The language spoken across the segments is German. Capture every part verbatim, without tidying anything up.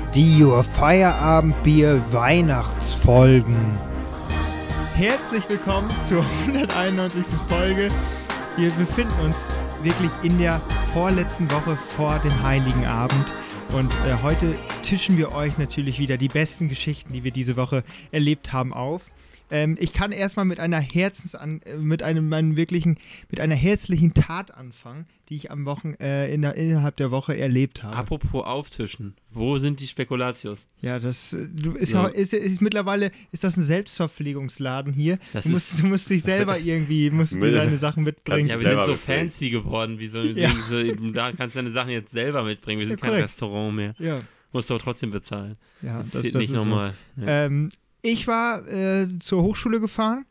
Die Feierabendbier Weihnachtsfolgen. Herzlich willkommen zur hunderteinundneunzigsten Folge. Wir befinden uns wirklich in der vorletzten Woche vor dem Heiligen Abend. Und äh, heute tischen wir euch natürlich wieder die besten Geschichten, die wir diese Woche erlebt haben, auf. Ähm, ich kann erstmal mit einer Herzensan mit einem meinen wirklichen, mit einer herzlichen Tat anfangen, die ich am Wochen äh, in der, innerhalb der Woche erlebt habe. Apropos auftischen, wo sind die Spekulatius? Ja, das du, ist, Ja. Auch, ist, ist mittlerweile ist das ein Selbstverpflegungsladen hier. Das Du musst, ist- du musst dich selber irgendwie, musst dir Mit- deine Sachen mitbringen. Kannst Ja, du wir sind selber so mitbringen. fancy geworden, wie so, Ja. so da kannst du deine Sachen jetzt selber mitbringen. Wir sind Ja, kein korrekt. Restaurant mehr. Ja, Musst aber trotzdem bezahlen. ja, Das, das, ist das nicht ist so. normal. Ja. Ähm, ich war äh, zur Hochschule gefahren,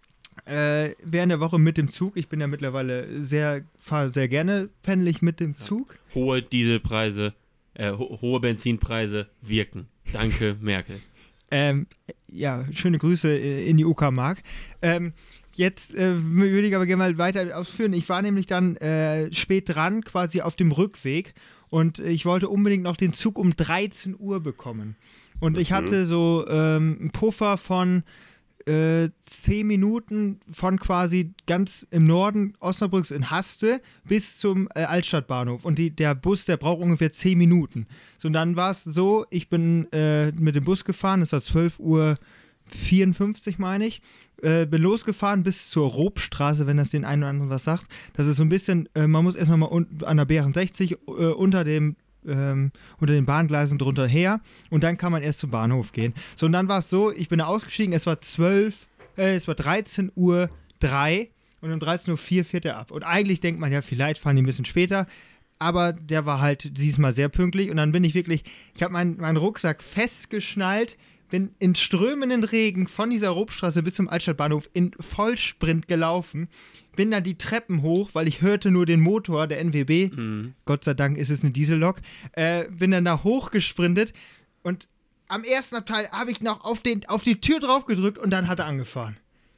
äh, während der Woche mit dem Zug. Ich bin ja mittlerweile sehr, fahre sehr gerne, pendel ich mit dem Zug. Hohe Dieselpreise, äh, ho hohe Benzinpreise wirken. Danke, Merkel. Ähm, ja, schöne Grüße äh, in die U K Mark. Ähm, jetzt äh, würde ich aber gerne mal weiter ausführen. Ich war nämlich dann äh, spät dran, quasi auf dem Rückweg. Und ich wollte unbedingt noch den Zug um dreizehn Uhr bekommen. Und ich Mhm. hatte so ähm, einen Puffer von äh, zehn Minuten von quasi ganz im Norden Osnabrücks in Haste bis zum äh, Altstadtbahnhof. Und die, der Bus, der braucht ungefähr zehn Minuten. So, und dann war es so, ich bin äh, mit dem Bus gefahren, es war zwölf Uhr vierundfünfzig, meine ich. Äh, bin losgefahren bis zur Robstraße, wenn das den einen oder anderen was sagt. Das ist so ein bisschen, äh, man muss erstmal mal un- an der B achtundsechzig äh, unter dem ähm, unter den Bahngleisen drunter her und dann kann man erst zum Bahnhof gehen. So, und dann war es so, ich bin da ausgestiegen, es war zwölf, äh, es war dreizehn Uhr drei und um dreizehn Uhr vier fährt er ab. Und eigentlich denkt man ja, vielleicht fahren die ein bisschen später, aber der war halt diesmal sehr pünktlich und dann bin ich wirklich, ich habe meinen meinen Rucksack festgeschnallt, bin in strömenden Regen von dieser Robstraße bis zum Altstadtbahnhof in Vollsprint gelaufen, bin dann die Treppen hoch, weil ich hörte nur den Motor der N W B, Mhm. Gott sei Dank ist es eine Diesellok, äh, bin dann da hochgesprintet und am ersten Abteil habe ich noch auf, den, auf die Tür drauf gedrückt und dann hat er angefahren.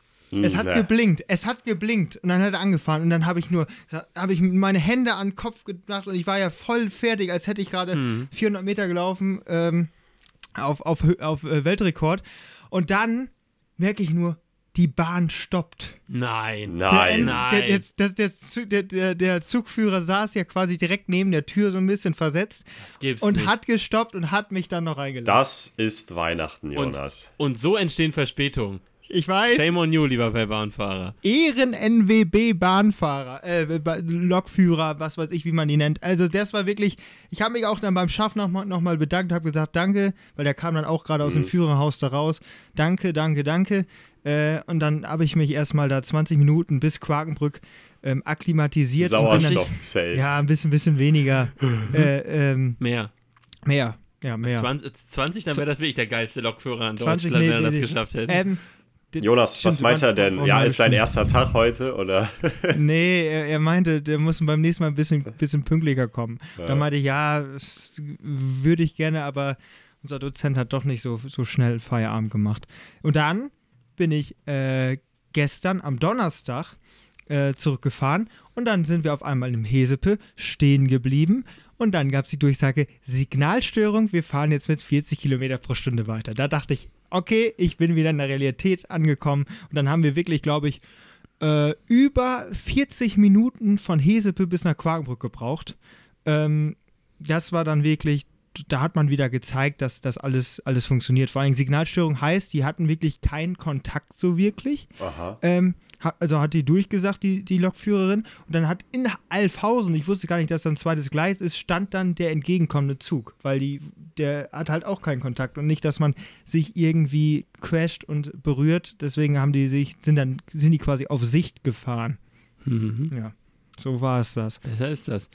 Es hat Ja. geblinkt, es hat geblinkt und dann hat er angefahren und dann habe ich nur, habe ich meine Hände an den Kopf gemacht und ich war ja voll fertig, als hätte ich gerade Mhm. vierhundert Meter gelaufen auf, auf, auf, Hö- auf äh, Weltrekord und dann merke ich nur, die Bahn stoppt. Nein. Nein. Der, der, der, der, der, Zug- der, der, der Zugführer saß ja quasi direkt neben der Tür so ein bisschen versetzt Das gibt's und nicht. hat gestoppt und hat mich dann noch reingelassen. Das ist Weihnachten, und, Jonas. und so entstehen Verspätungen. Ich weiß. Shame on you, lieber Bahnfahrer. Ehren-N W B-Bahnfahrer, äh, Ba- Lokführer, was weiß ich, wie man die nennt. Also das war wirklich, ich habe mich auch dann beim Schaffner nochmal noch mal bedankt, habe gesagt, danke, weil der kam dann auch gerade aus dem Führerhaus da raus. Danke, danke, danke. Äh, und dann habe ich mich erstmal da zwanzig Minuten bis Quakenbrück ähm, akklimatisiert. und bin dann- Sauerstoffzelt. Ja, ein bisschen, bisschen weniger. äh, ähm, Mehr. mehr, ja, mehr. zwanzig, zwanzig, dann wäre das wirklich der geilste Lokführer in zwanzig, Deutschland, nee, wenn er das nee, geschafft hätte. Ähm, d- Jonas, stimmt, was meint wir er waren- denn? waren Ja, eine ist sein Stunde. erster Tag heute, oder? Nee, er, er meinte, der muss beim nächsten Mal ein bisschen, bisschen pünktlicher kommen. Ja. Da meinte ich, ja, das würde ich gerne, aber unser Dozent hat doch nicht so, so schnell Feierabend gemacht. Und dann bin ich äh, gestern am Donnerstag äh, zurückgefahren und dann sind wir auf einmal im Hesepe stehen geblieben und dann gab es die Durchsage, Signalstörung, wir fahren jetzt mit vierzig Kilometer pro Stunde weiter. Da dachte ich, okay, ich bin wieder in der Realität angekommen und dann haben wir wirklich, glaube ich, äh, über vierzig Minuten von Hesepe bis nach Quakenbrück gebraucht. Ähm, das war dann wirklich, da hat man wieder gezeigt, dass das alles, alles funktioniert. Vor allem Signalstörung heißt, die hatten wirklich keinen Kontakt so wirklich. Aha. Ähm, ha, also hat die durchgesagt, die, die Lokführerin. Und dann hat in Alfhausen, ich wusste gar nicht, dass da ein zweites Gleis ist, stand dann der entgegenkommende Zug. Weil die, der hat halt auch keinen Kontakt. Und nicht, dass man sich irgendwie crasht und berührt. Deswegen haben die sich, sind dann, sind die quasi auf Sicht gefahren. Mhm. Ja, so war es das. Besser ist das.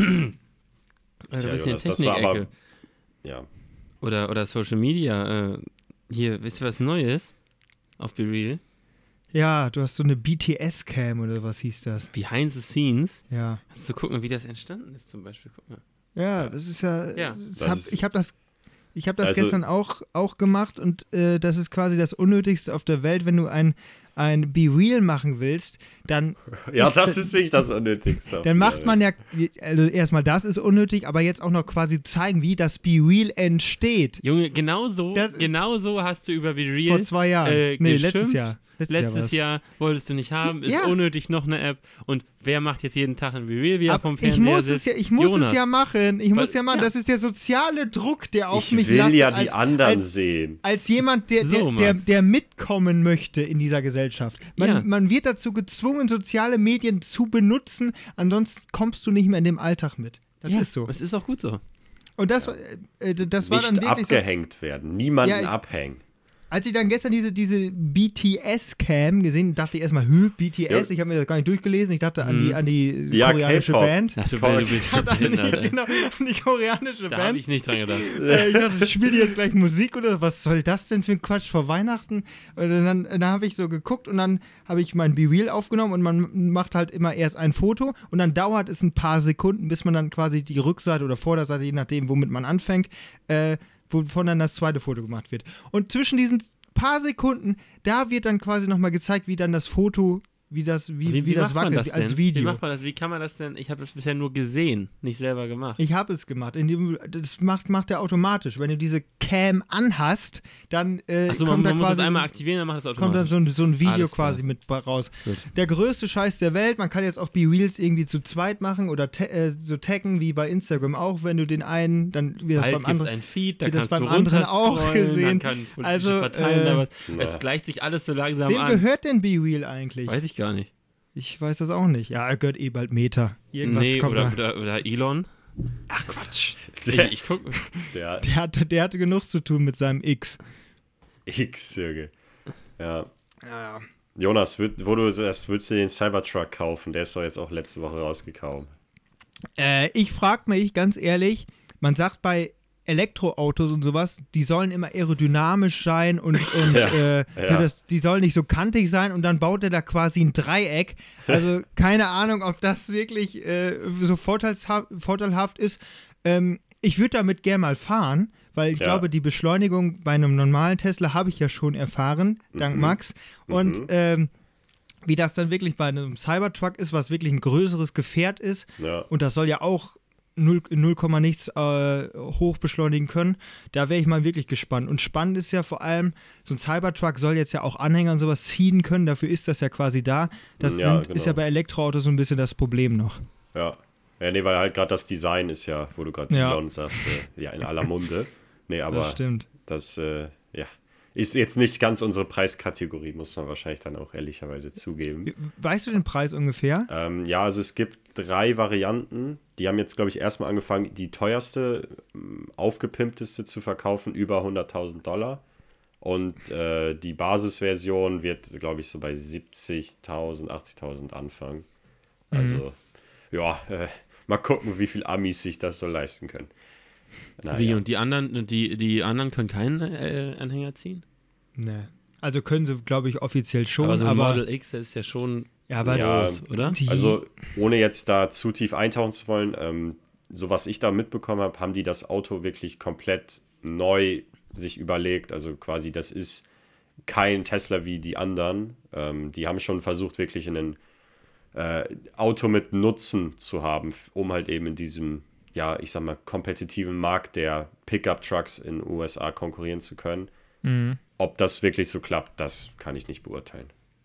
Also Tja, ein bisschen Jonas, das war Technik-Ecke. aber. Ja. Oder, oder Social Media. Äh, hier, wisst ihr was Neues? Auf Be Real. Ja, du hast so eine B T S-Cam oder was hieß das? Behind the Scenes. Ja. Hast du gucken, wie das entstanden ist zum Beispiel. Guck mal. Ja, das ist ja. Ja. Das Das hab, ist- ich habe das, ich hab das Also- gestern auch, auch gemacht und äh, das ist quasi das Unnötigste auf der Welt, wenn du ein, ein Be Real machen willst, dann Ja, ist, das ist wirklich das Unnötigste. dann macht man ja, also erstmal das ist unnötig, aber jetzt auch noch quasi zeigen, wie das Be Real entsteht. Junge, genau so, Das ist- genau so hast du über Be Real Vor zwei Jahren. äh, nee, geschimpft. letztes Jahr. Letztes, Jahr, Letztes war's. Jahr wolltest du nicht haben, ist Ja. unnötig, noch eine App. Und wer macht jetzt jeden Tag ein Be Real, wie er Aber vom ich Fernseher muss sitzt? es ja, ich muss Jonas. es ja machen. Ich muss Weil- ja machen. ja. Das ist der soziale Druck, der auf Ich mich will lastet. ja die als, anderen als, sehen. als jemand, der, So, der, der, Max. der mitkommen möchte in dieser Gesellschaft. Man, Ja. man wird dazu gezwungen, soziale Medien zu benutzen, ansonsten kommst du nicht mehr in dem Alltag mit. Das Ja, ist so. Das ist auch gut so. Und das, äh, das war dann Nicht wirklich so. abgehängt werden. Niemanden Ja, abhängen. Als ich dann gestern diese, diese B T S-Cam gesehen, dachte ich erstmal, Hü, B T S, Ja. ich habe mir das gar nicht durchgelesen, ich dachte an die, an die Ja, koreanische K-Pop. Band. Ach, du, Komm. du bist Ich schon dachte an die, behindert, ey. genau, an die koreanische Da habe Band. ich nicht dran gedacht. Äh, ich dachte, spielt die jetzt gleich Musik oder was soll das denn für ein Quatsch vor Weihnachten? Und dann, dann habe ich so geguckt und dann habe ich mein Be Real aufgenommen und man macht halt immer erst ein Foto und dann dauert es ein paar Sekunden, bis man dann quasi die Rückseite oder Vorderseite, je nachdem, womit man anfängt, äh, wovon dann das zweite Foto gemacht wird. Und zwischen diesen paar Sekunden, da wird dann quasi nochmal gezeigt, wie dann das Foto, wie das, wie, wie, Wie, wie das macht man wackelt, das als denn? Video. Wie macht man das? Wie kann man das denn? Ich habe das bisher nur gesehen, nicht selber gemacht. Ich habe es gemacht. In dem, das macht, macht er automatisch. Wenn du diese Cam anhast, dann äh, Achso, man, kommt da man muss das quasi einmal aktivieren, dann macht das kommt dann automatisch. so ein, so ein Video Alles klar. quasi mit ba- raus. Gut. Der größte Scheiß der Welt. Man kann jetzt auch Be Reals irgendwie zu zweit machen oder ta- äh, so taggen wie bei Instagram auch. Wenn du den einen, dann wird das Bald beim gibt es anderen. ein Feed, da wie das kannst du beim anderen auch runterscrollen, gesehen. dann kann politische Also, verteilen, äh, aber Ja. es gleicht sich alles so langsam Wem an. gehört denn Be Real eigentlich? Weiß ich gar nicht. Ich weiß das auch nicht. Ja, er gehört eh bald Meta. Irgendwas Nee, kommt oder, da. oder, oder Elon. Ach Quatsch. Ich, Der, ich guck. der Der hatte, der hatte genug zu tun mit seinem X. X, Jürgen. Ja. Ja, Jonas, würd, wo du das, würdest du den Cybertruck kaufen? Der ist doch jetzt auch letzte Woche rausgekommen. Äh, ich frage mich ganz ehrlich, man sagt bei Elektroautos und sowas, die sollen immer aerodynamisch sein und, und Ja, äh, ja. Das, die sollen nicht so kantig sein und dann baut er da quasi ein Dreieck. Also keine Ahnung, ob das wirklich äh, so vorteilsha- vorteilhaft ist. Ähm, ich würde damit gerne mal fahren, weil ich Ja. glaube, die Beschleunigung bei einem normalen Tesla habe ich ja schon erfahren, dank Mhm. Max. Und Mhm. ähm, wie das dann wirklich bei einem Cybertruck ist, was wirklich ein größeres Gefährt ist, Ja. und das soll ja auch null, null nichts äh, hoch beschleunigen können. Da wäre ich mal wirklich gespannt. Und spannend ist ja vor allem, so ein Cybertruck soll jetzt ja auch Anhänger und sowas ziehen können. Dafür ist das ja quasi da. Das Ja, sind, genau. ist ja bei Elektroautos so ein bisschen das Problem noch. Ja. Ja, nee, weil halt gerade das Design ist ja, wo du gerade Ja. Elon sagst, äh, ja, in aller Munde. Nee, aber das stimmt. das, äh, ja, ist jetzt nicht ganz unsere Preiskategorie, muss man wahrscheinlich dann auch ehrlicherweise zugeben. Weißt du den Preis ungefähr? Ähm, ja, also es gibt drei Varianten. Die haben jetzt, glaube ich, erstmal angefangen, die teuerste, ähm, aufgepimpteste zu verkaufen, über hunderttausend Dollar. Und äh, die Basisversion wird, glaube ich, so bei siebzigtausend, achtzigtausend anfangen. Also, ja, äh, mal gucken, wie viel Amis sich das so leisten können. Naja. Wie, und die anderen, die, die anderen können keinen äh, Anhänger ziehen? Ne. Also können sie, glaube ich, offiziell schon, aber so ein aber, Model X, das ist ja schon ja, aber Ja, groß, oder? die, Also, ohne jetzt da zu tief eintauchen zu wollen, ähm, so was ich da mitbekommen habe, haben die das Auto wirklich komplett neu sich überlegt. Also quasi, das ist kein Tesla wie die anderen. Ähm, die haben schon versucht, wirklich ein äh, Auto mit Nutzen zu haben, f- um halt eben in diesem, ja, ich sag mal, kompetitiven Markt der Pickup-Trucks in den U S A konkurrieren zu können. Mhm. Ob das wirklich so klappt, das kann ich nicht beurteilen.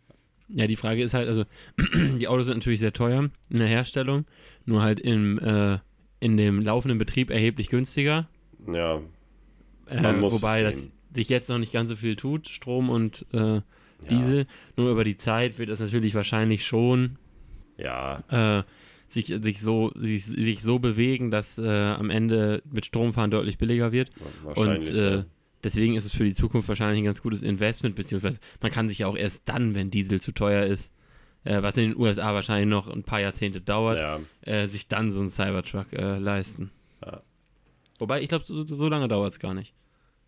Ja, die Frage ist halt, also die Autos sind natürlich sehr teuer in der Herstellung, nur halt im, äh, in dem laufenden Betrieb erheblich günstiger. Ja, Äh, Man muss wobei es das sehen. sich jetzt noch nicht ganz so viel tut, Strom und äh, Diesel. Nur über die Zeit wird das natürlich wahrscheinlich schon ja, äh, sich, sich, so, sich, sich so bewegen, dass äh, am Ende mit Stromfahren deutlich billiger wird. wahrscheinlich. Und äh, ja. deswegen ist es für die Zukunft wahrscheinlich ein ganz gutes Investment, beziehungsweise man kann sich ja auch erst dann, wenn Diesel zu teuer ist, äh, was in den U S A wahrscheinlich noch ein paar Jahrzehnte dauert, Ja, äh, sich dann so einen Cybertruck äh, leisten. Ja. Wobei, ich glaube, so, so lange dauert es gar nicht.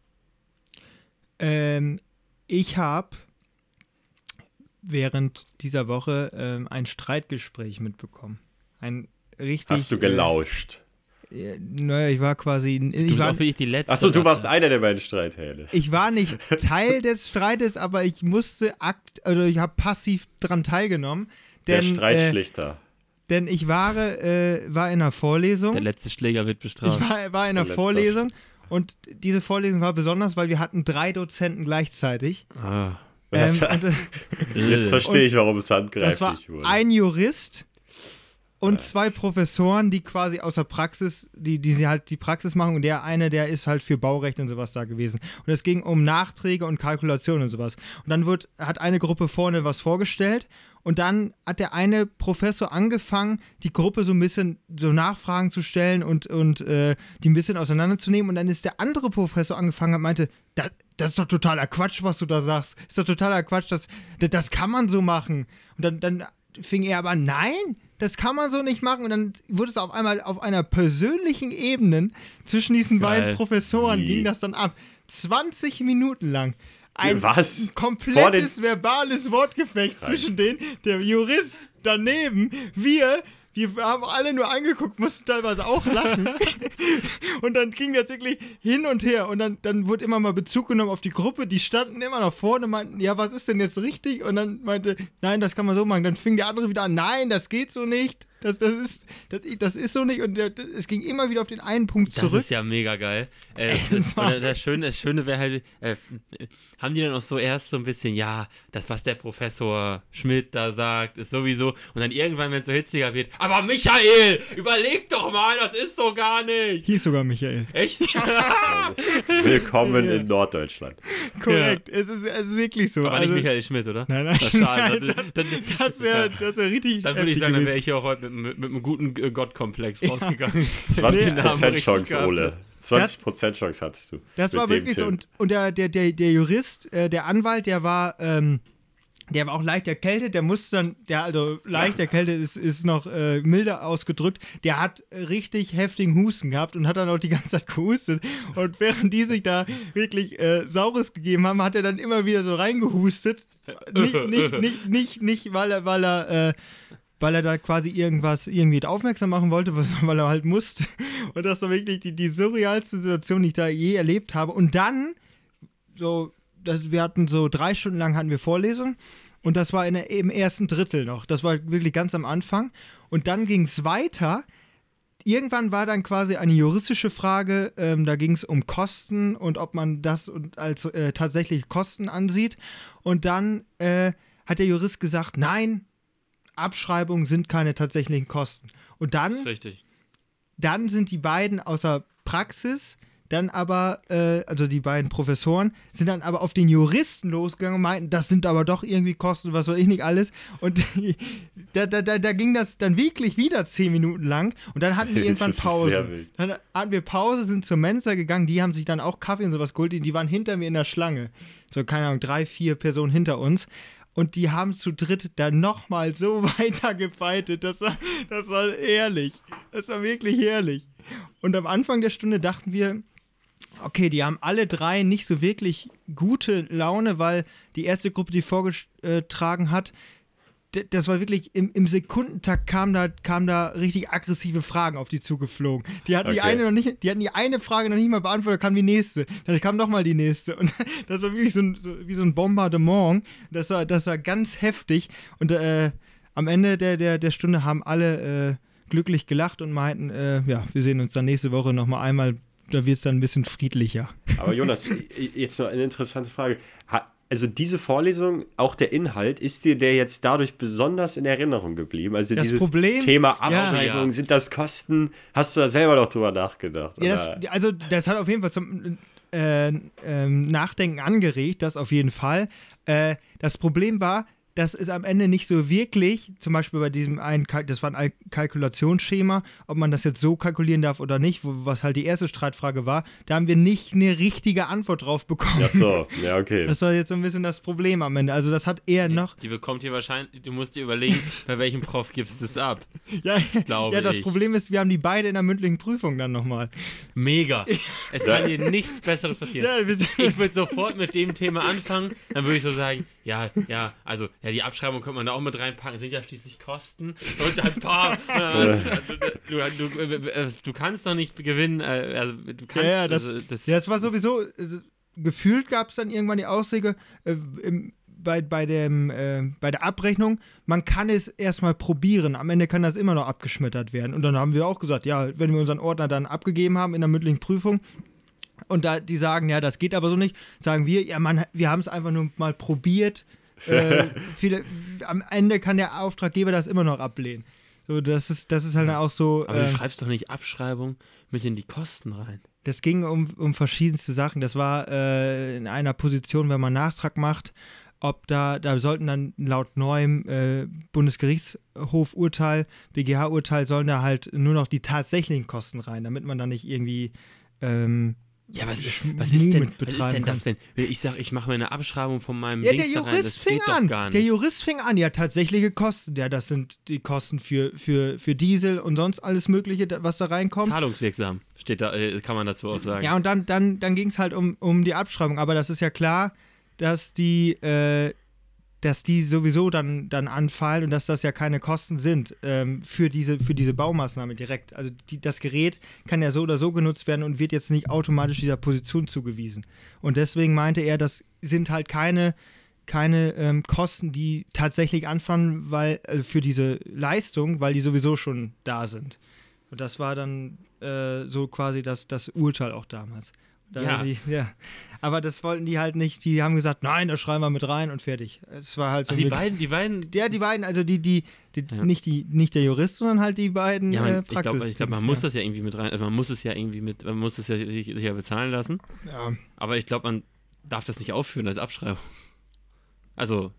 Ähm, ich habe während dieser Woche ähm, ein Streitgespräch mitbekommen. Ein richtig. hast du gelauscht? äh, naja, ich war quasi, Du ich bist war, auch wirklich die letzte. Achso, du Ratte. warst einer der beiden Streithähne. ich war nicht Teil des Streites, aber ich musste akt, also ich habe passiv dran teilgenommen. Der Denn, äh, Streitschlichter. denn ich war, äh, war in einer Vorlesung. Der letzte Schläger wird Ich bestraft. war, war in einer Der letzte. Vorlesung und diese Vorlesung war besonders, weil wir hatten drei Dozenten gleichzeitig. Ah. Ähm, und, äh, Jetzt verstehe ich, warum es handgreiflich das war wurde. ein Jurist und zwei Professoren, die quasi aus der Praxis, die, die sie halt die Praxis machen und der eine, der ist halt für Baurecht und sowas da gewesen. Und es ging um Nachträge und Kalkulation und sowas. Und dann wird, hat eine Gruppe vorne was vorgestellt und dann hat der eine Professor angefangen, die Gruppe so ein bisschen so Nachfragen zu stellen und, und äh, die ein bisschen auseinanderzunehmen. Und dann ist der andere Professor angefangen und meinte, das, das ist doch totaler Quatsch, was du da sagst. Ist doch totaler Quatsch, das, das, das kann man so machen. Und dann, dann fing er aber, nein, das kann man so nicht machen. Und dann wurde es auf einmal auf einer persönlichen Ebene zwischen diesen Geil. beiden Professoren, Wie? ging das dann ab. zwanzig Minuten lang. Ein Was? komplettes verbales Wortgefecht zwischen denen, der Jurist daneben, wir, wir haben alle nur angeguckt, mussten teilweise auch lachen. Und dann ging das wirklich hin und her. Und dann, dann wurde immer mal Bezug genommen auf die Gruppe, die standen immer noch vorne und meinten, ja, was ist denn jetzt richtig? Und dann meinte, nein, das kann man so machen. Dann fing der andere wieder an, nein, das geht so nicht. Das, das, ist, das, das ist so nicht. Und der, das, es ging immer wieder auf den einen Punkt Das zurück. ist ja mega geil. Äh, Ey, das und war- das Schöne, das Schöne wäre halt, äh, haben die dann auch so erst so ein bisschen, ja, das, was der Professor Schmidt da sagt, ist sowieso, und dann irgendwann, wenn es so hitziger wird, aber Michael, überleg doch mal, das ist so gar nicht. Hieß sogar Michael. Echt? Willkommen in Norddeutschland. Korrekt. Es, ist, es ist wirklich so. Aber Also- nicht Michael Schmidt, oder? Nein, nein. Das ist schade. Nein, Dann- dann- Das wäre das wär richtig. Dann würde ich heftig sagen, dann wäre gewesen. ich hier auch heute mit, mit, mit einem guten äh, Gottkomplex rausgegangen. zwanzig Den Namen Prozent richtig Chance, gehabt. Ole. zwanzig Prozent Chance hattest du. Das mit war dem wirklich so. Tipp. Und, und der, der, der, der Jurist, äh, der Anwalt, der war, ähm, der war auch leicht erkältet. Der musste dann, der also leicht erkältet ist, ist noch äh, milder ausgedrückt. Der hat richtig heftigen Husten gehabt und hat dann auch die ganze Zeit gehustet. Und während die sich da wirklich äh, Saures gegeben haben, hat er dann immer wieder so reingehustet. Nicht, nicht, nicht, nicht, nicht weil er, weil er, äh, weil er da quasi irgendwas irgendwie aufmerksam machen wollte, was, weil er halt musste. Und das war wirklich die, die surrealste Situation, die ich da je erlebt habe. Und dann, so, das, wir hatten so drei Stunden lang hatten wir Vorlesungen und das war in der, im ersten Drittel noch. Das war wirklich ganz am Anfang. Und dann ging es weiter. Irgendwann war dann quasi eine juristische Frage, ähm, da ging es um Kosten und ob man das und als äh, tatsächlich Kosten ansieht. Und dann äh, hat der Jurist gesagt, nein, Abschreibungen sind keine tatsächlichen Kosten. Und dann, Richtig. dann sind die beiden aus der Praxis, dann aber, äh, also die beiden Professoren, sind dann aber auf den Juristen losgegangen und meinten, das sind aber doch irgendwie Kosten, was weiß ich nicht alles. Und die, da, da, da, da ging das dann wirklich wieder zehn Minuten lang und dann hatten wir irgendwann Sehr Pause. wild. Dann hatten wir Pause, sind zur Mensa gegangen, die haben sich dann auch Kaffee und sowas geholt, die, die waren hinter mir in der Schlange. So, keine Ahnung, drei, vier Personen hinter uns. Und die haben zu dritt dann nochmal so weiter gefeitet. Das war, das war herrlich. Das war wirklich herrlich. Und am Anfang der Stunde dachten wir, okay, die haben alle drei nicht so wirklich gute Laune, weil die erste Gruppe, die vorgetragen hat, d- das war wirklich im, im Sekundentakt kam da, kam da richtig aggressive Fragen auf die zugeflogen. Die hatten die Okay. eine noch nicht, die hatten die eine Frage noch nicht mal beantwortet, kam die nächste. Dann kam noch mal die nächste. Und das war wirklich so, ein, so wie so ein Bombardement. Das war, das war ganz heftig. Und äh, am Ende der, der, der Stunde haben alle äh, glücklich gelacht und meinten, äh, ja, wir sehen uns dann nächste Woche noch mal einmal. Da wird es dann ein bisschen friedlicher. Aber Jonas, jetzt mal eine interessante Frage. Ha- Also diese Vorlesung, auch der Inhalt, ist dir der jetzt dadurch besonders in Erinnerung geblieben? Also Das dieses Problem- Thema ja. Abschreibung, Ja. sind das Kosten? Hast du da selber noch drüber nachgedacht? Ja, oder? das, also das hat auf jeden Fall zum äh, ähm, Nachdenken angeregt, das auf jeden Fall. Äh, das Problem war, dass es am Ende nicht so wirklich, zum Beispiel bei diesem einen, Kalk- das war ein Kalkulationsschema, ob man das jetzt so kalkulieren darf oder nicht, wo, was halt die erste Streitfrage war, da haben wir nicht eine richtige Antwort drauf bekommen. Ach so, ja, okay. Das war jetzt so ein bisschen das Problem am Ende. Also das hat eher noch, Die bekommt ihr wahrscheinlich, du musst dir überlegen, bei welchem Prof gibst du es ab. ja, Glaube ja, das ich. Problem ist, wir haben die beide in der mündlichen Prüfung dann nochmal. Mega. Es kann dir nichts Besseres passieren. Ja, wir sind Ich würde sofort mit dem Thema anfangen, dann würde ich so sagen, ja, ja, also, ja, die Abschreibung könnte man da auch mit reinpacken, sind ja schließlich Kosten. Und dann, paar, äh, du, du, äh, du kannst doch nicht gewinnen, äh, also, du kannst, Ja, ja, das, also, das, ja, das war sowieso, äh, gefühlt gab es dann irgendwann die Aussage, äh, im, bei, bei, dem, äh, bei der Abrechnung, man kann es erstmal probieren, am Ende kann das immer noch abgeschmettert werden. Und dann haben wir auch gesagt, ja, wenn wir unseren Ordner dann abgegeben haben in der mündlichen Prüfung, und da die sagen, ja, das geht aber so nicht, sagen wir, ja, man, wir haben es einfach nur mal probiert. äh, viele, am Ende kann der Auftraggeber das immer noch ablehnen. So, das ist, das ist halt auch so. aber äh, du schreibst doch nicht Abschreibung mit in die Kosten rein. Das ging um, um verschiedenste Sachen. Das war äh, in einer Position, wenn man Nachtrag macht, ob da, da sollten dann laut neuem äh, Bundesgerichtshofurteil, B G H-Urteil, sollen da halt nur noch die tatsächlichen Kosten rein, damit man da nicht irgendwie ähm, Ja, was, Schmuh was, ist, denn, mit was ist betreiben denn das, kann. wenn ich sage, ich mache mir eine Abschreibung von meinem Ja, der Dings da rein, Jurist das fing geht an. doch gar Der nicht. Jurist fing an, ja, tatsächliche Kosten. Ja, das sind die Kosten für, für, für Diesel und sonst alles Mögliche, da- was da reinkommt. Zahlungswirksam, steht da, äh, kann man dazu auch sagen. Ja, und dann, dann, dann ging es halt um, um die Abschreibung. Aber das ist ja klar, dass die, äh, dass die sowieso dann, dann anfallen und dass das ja keine Kosten sind ähm, für, diese, für diese Baumaßnahme direkt. Also die, das Gerät kann ja so oder so genutzt werden und wird jetzt nicht automatisch dieser Position zugewiesen. Und deswegen meinte er, das sind halt keine, keine ähm, Kosten, die tatsächlich anfallen, weil, äh, für diese Leistung, weil die sowieso schon da sind. Und das war dann äh, so quasi das, das Urteil auch damals. Da Ja. Die, ja. Aber das wollten die halt nicht. Die haben gesagt, nein, das schreiben wir mit rein und fertig. Es war halt so Ach, die mit- beiden, die beiden, Ja, die beiden, also die, die, die Ja. nicht, die nicht der Jurist, sondern halt die beiden ja, äh, man, ich Praxis. glaube, ich glaub, man muss das ja irgendwie mit rein, also man muss es ja irgendwie mit, man muss es ja sich, sich ja bezahlen lassen, Ja. aber ich glaube, man darf das nicht aufführen als Abschreibung. Also,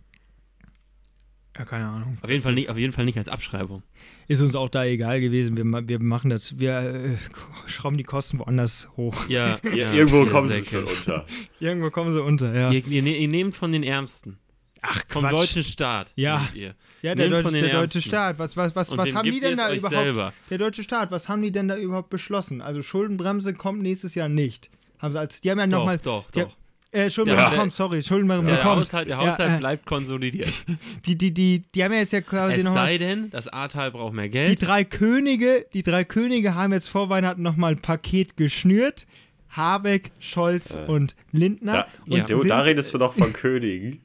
ja, keine Ahnung. auf jeden Fall nicht, auf jeden Fall nicht als Abschreibung. Ist uns auch da egal gewesen. Wir, ma- wir machen das, wir äh, schrauben die Kosten woanders hoch. Ja, Ir ja, irgendwo ihr kommen sie Säcke. schon unter. Irgendwo kommen sie unter, ja. Ihr, ihr, ne- ihr nehmt von den Ärmsten. Ach, Vom Quatsch. deutschen Staat. Ja. nehmt Ihr. Ja, der, Nehmt Deutsche, von den der deutsche Ärmsten. Staat. Was, was, was, Und was dem haben gibt die denn ihr es da euch überhaupt? selber. Der deutsche Staat, was haben die denn da überhaupt beschlossen? Also Schuldenbremse kommt nächstes Jahr nicht. Haben sie als, die haben ja Doch, nochmal. doch, die, doch. Äh, Schuldenbremse Ja. kommt, sorry, Schuldenbremse Ja, der kommt. Haushalt, der Ja, Haushalt äh, bleibt konsolidiert. Die, die, die, die haben ja jetzt ja quasi Es nochmal. sei denn, das Ahrtal braucht mehr Die Geld. drei Könige, die drei Könige haben jetzt vor Weihnachten nochmal ein Paket geschnürt. Habeck, Scholz Äh. und Lindner. Da, und, Ja. du, sind, da redest du doch von Königen.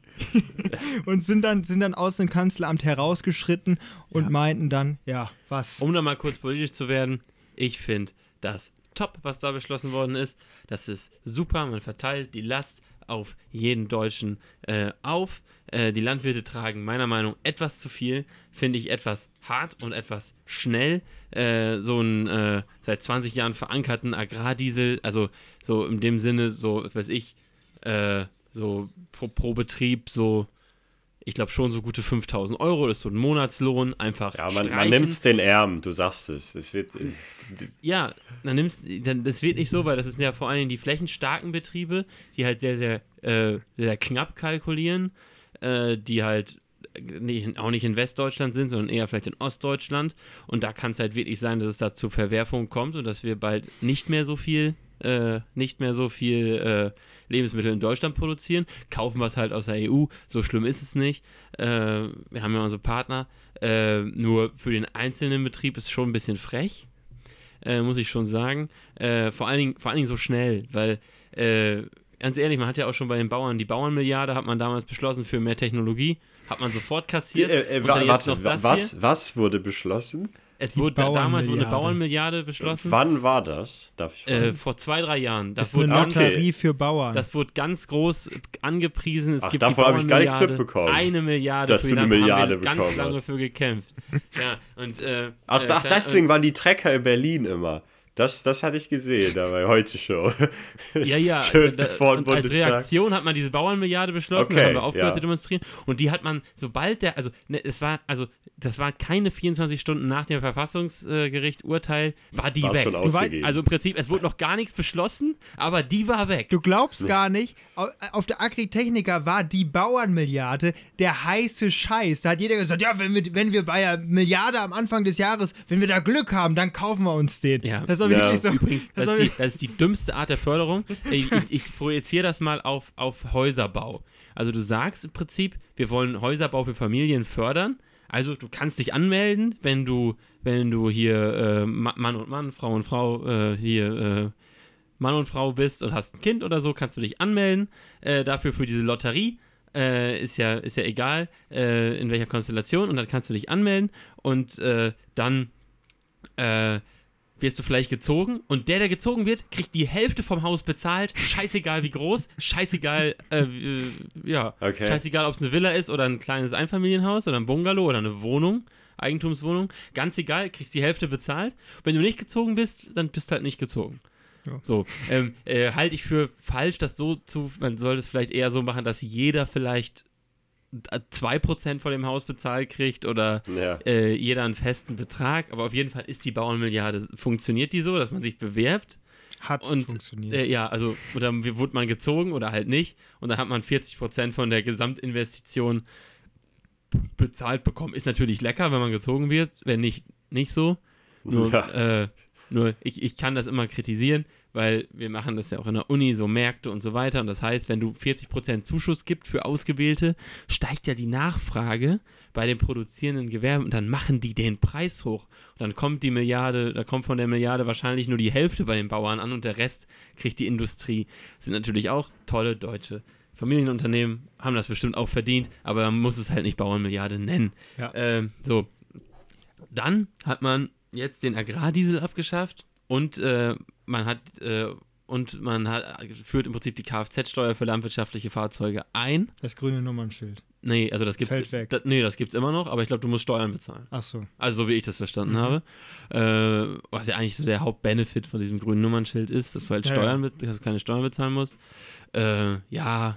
und sind dann, sind dann aus dem Kanzleramt herausgeschritten und Ja. meinten dann, ja, was? Um da mal kurz politisch zu werden, ich finde das top, was da beschlossen worden ist. Das ist super, man verteilt die Last auf jeden Deutschen äh, auf. Äh, die Landwirte tragen meiner Meinung nach etwas zu viel, finde ich etwas hart und etwas schnell. Äh, so einen äh, seit zwanzig Jahren verankerten Agrardiesel, also so in dem Sinne, so, was weiß ich, äh, so pro, pro Betrieb, so, ich glaube schon so gute fünftausend Euro, das ist so ein Monatslohn, einfach Ja, man, man streichen. nimmt es den Ärmen, du sagst es. Es wird. äh, Ja, dann nimmst dann das wird nicht so, weil das sind ja vor allen Dingen die flächenstarken Betriebe, die halt sehr, sehr, äh, sehr knapp kalkulieren, äh, die halt nicht, auch nicht in Westdeutschland sind, sondern eher vielleicht in Ostdeutschland. Und da kann es halt wirklich sein, dass es da zu Verwerfungen kommt und dass wir bald nicht mehr so viel, äh, nicht mehr so viel äh, Lebensmittel in Deutschland produzieren. Kaufen wir es halt aus der E U, so schlimm ist es nicht. Äh, wir haben ja unsere Partner. Äh, nur für den einzelnen Betrieb ist es schon ein bisschen frech. Äh, muss ich schon sagen. Äh, vor, allen Dingen, vor allen Dingen so schnell, weil, äh, ganz ehrlich, man hat ja auch schon bei den Bauern, die Bauernmilliarde hat man damals beschlossen für mehr Technologie, hat man sofort kassiert. Äh, äh, und wa- dann jetzt warte, noch das was, hier. was wurde beschlossen? Es Die wurde, damals wurde eine Bauernmilliarde. Bauernmilliarde beschlossen, Wann war das? Darf ich äh, vor zwei, drei Jahren. Das Das ist eine wurde, ganz, Okay. Lotterie für Bauern. das wurde ganz groß angepriesen. Es Ach, gibt die davon habe ich gar nichts Bauernmilliarde. mitbekommen. Eine Milliarde Dass für du die eine Land- Milliarde haben wir ganz bekommen lange hast. für gekämpft. Ja, und, äh, Ach, äh, ach klar, deswegen waren die Trecker in Berlin immer. Das, das hatte ich gesehen, da bei Heute Show. Ja, ja, Schön da, vor dem und als Bundestag. Reaktion hat man diese Bauernmilliarde beschlossen, Okay, da haben wir aufgehört ja. zu demonstrieren und die hat man, sobald der, also ne, es war, also das war keine vierundzwanzig Stunden nach dem Verfassungsgericht-Urteil, war die War weg. schon ausgegeben. Also im Prinzip, es wurde noch gar nichts beschlossen, aber die war weg. Du glaubst gar nicht, au- auf der Agritechnica war die Bauernmilliarde der heiße Scheiß. Da hat jeder gesagt, ja, wenn wir, wenn wir bei der Milliarde am Anfang des Jahres, wenn wir da Glück haben, dann kaufen wir uns den. Ja. Das ist doch Ja. wirklich so. Übrigens, das das ist ist, die, das ist die dümmste Art der Förderung. Ich, ich, ich projiziere das mal auf, auf Häuserbau. Also du sagst im Prinzip, wir wollen Häuserbau für Familien fördern. Also du kannst dich anmelden, wenn du, wenn du hier äh, Mann und Mann, Frau und Frau, äh, hier äh, Mann und Frau bist und hast ein Kind oder so, kannst du dich anmelden äh, dafür für diese Lotterie. Äh, ist ja, ist ja egal, äh, in welcher Konstellation, und dann kannst du dich anmelden und äh, dann äh, wirst du vielleicht gezogen, und der, der gezogen wird, kriegt die Hälfte vom Haus bezahlt, scheißegal wie groß, scheißegal, äh, äh, ja, Okay. scheißegal, ob es eine Villa ist oder ein kleines Einfamilienhaus oder ein Bungalow oder eine Wohnung, Eigentumswohnung, ganz egal, kriegst die Hälfte bezahlt. Wenn du nicht gezogen bist, dann bist du halt nicht gezogen. Ja. So, ähm, äh, halte ich für falsch, das so zu, man sollte es vielleicht eher so machen, dass jeder vielleicht zwei Prozent von dem Haus bezahlt kriegt oder Ja. äh, jeder einen festen Betrag, aber auf jeden Fall ist die Bauernmilliarde, funktioniert die so, dass man sich bewerbt Hat und funktioniert. äh, ja, also oder wurde man gezogen oder halt nicht, und dann hat man vierzig Prozent von der Gesamtinvestition bezahlt bekommen. Ist natürlich lecker, wenn man gezogen wird, wenn nicht, nicht so. Nur, Ja. äh, nur ich, ich kann das immer kritisieren, weil wir machen das ja auch in der Uni, so Märkte und so weiter. Und das heißt, wenn du vierzig Prozent Zuschuss gibst für Ausgewählte, steigt ja die Nachfrage bei den produzierenden Gewerben, und dann machen die den Preis hoch. Und dann kommt die Milliarde, da kommt von der Milliarde wahrscheinlich nur die Hälfte bei den Bauern an, und der Rest kriegt die Industrie. Das sind natürlich auch tolle deutsche Familienunternehmen, haben das bestimmt auch verdient, aber man muss es halt nicht Bauernmilliarde nennen. Ja. Ähm, so, dann hat man jetzt den Agrardiesel abgeschafft, und äh, man hat äh, und man hat führt im Prinzip die Kfz-Steuer für landwirtschaftliche Fahrzeuge ein. Das grüne Nummernschild. Nee, also das gibt Fällt weg. Da, nee, das gibt's immer noch, aber ich glaube, du musst Steuern bezahlen. Ach so. Also so wie ich das verstanden Mhm. habe. Äh, was ja eigentlich so der Hauptbenefit von diesem grünen Nummernschild ist, dass du halt Ja, Steuern, be- dass du keine Steuern bezahlen musst. Äh, ja,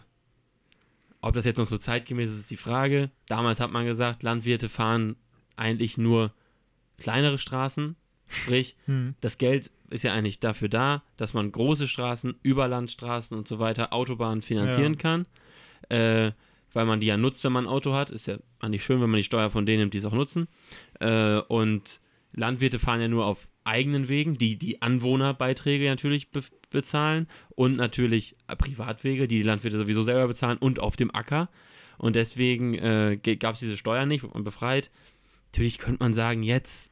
ob das jetzt noch so zeitgemäß ist, ist die Frage. Damals hat man gesagt, Landwirte fahren eigentlich nur kleinere Straßen. Sprich, Hm. das Geld ist ja eigentlich dafür da, dass man große Straßen, Überlandstraßen und so weiter, Autobahnen finanzieren Ja. kann. Äh, weil man die ja nutzt, wenn man ein Auto hat. Ist ja eigentlich schön, wenn man die Steuer von denen nimmt, die es auch nutzen. Äh, und Landwirte fahren ja nur auf eigenen Wegen, die die Anwohnerbeiträge natürlich be- bezahlen, und natürlich äh, Privatwege, die die Landwirte sowieso selber bezahlen, und auf dem Acker. Und deswegen äh, gab es diese Steuer nicht, wurde man befreit. Natürlich könnte man sagen, jetzt,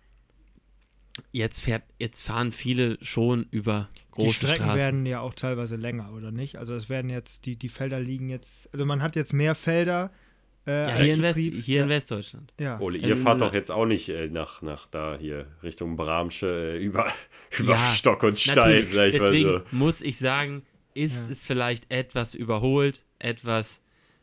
jetzt, fährt, jetzt fahren viele schon über große Die Strecken Straßen. werden ja auch teilweise länger, oder nicht? Also es werden jetzt, die, die Felder liegen jetzt, also man hat jetzt mehr Felder. Äh, ja, als hier, in, West, Betrieb. hier ja. in Westdeutschland. Ja. Ole, ihr Ähm, fahrt doch jetzt auch nicht äh, nach, nach da hier Richtung Bramsche äh, über, über Ja, Stock und Stein, Natürlich, sag ich deswegen mal so. muss ich sagen, ist Ja. es vielleicht etwas überholt, etwas,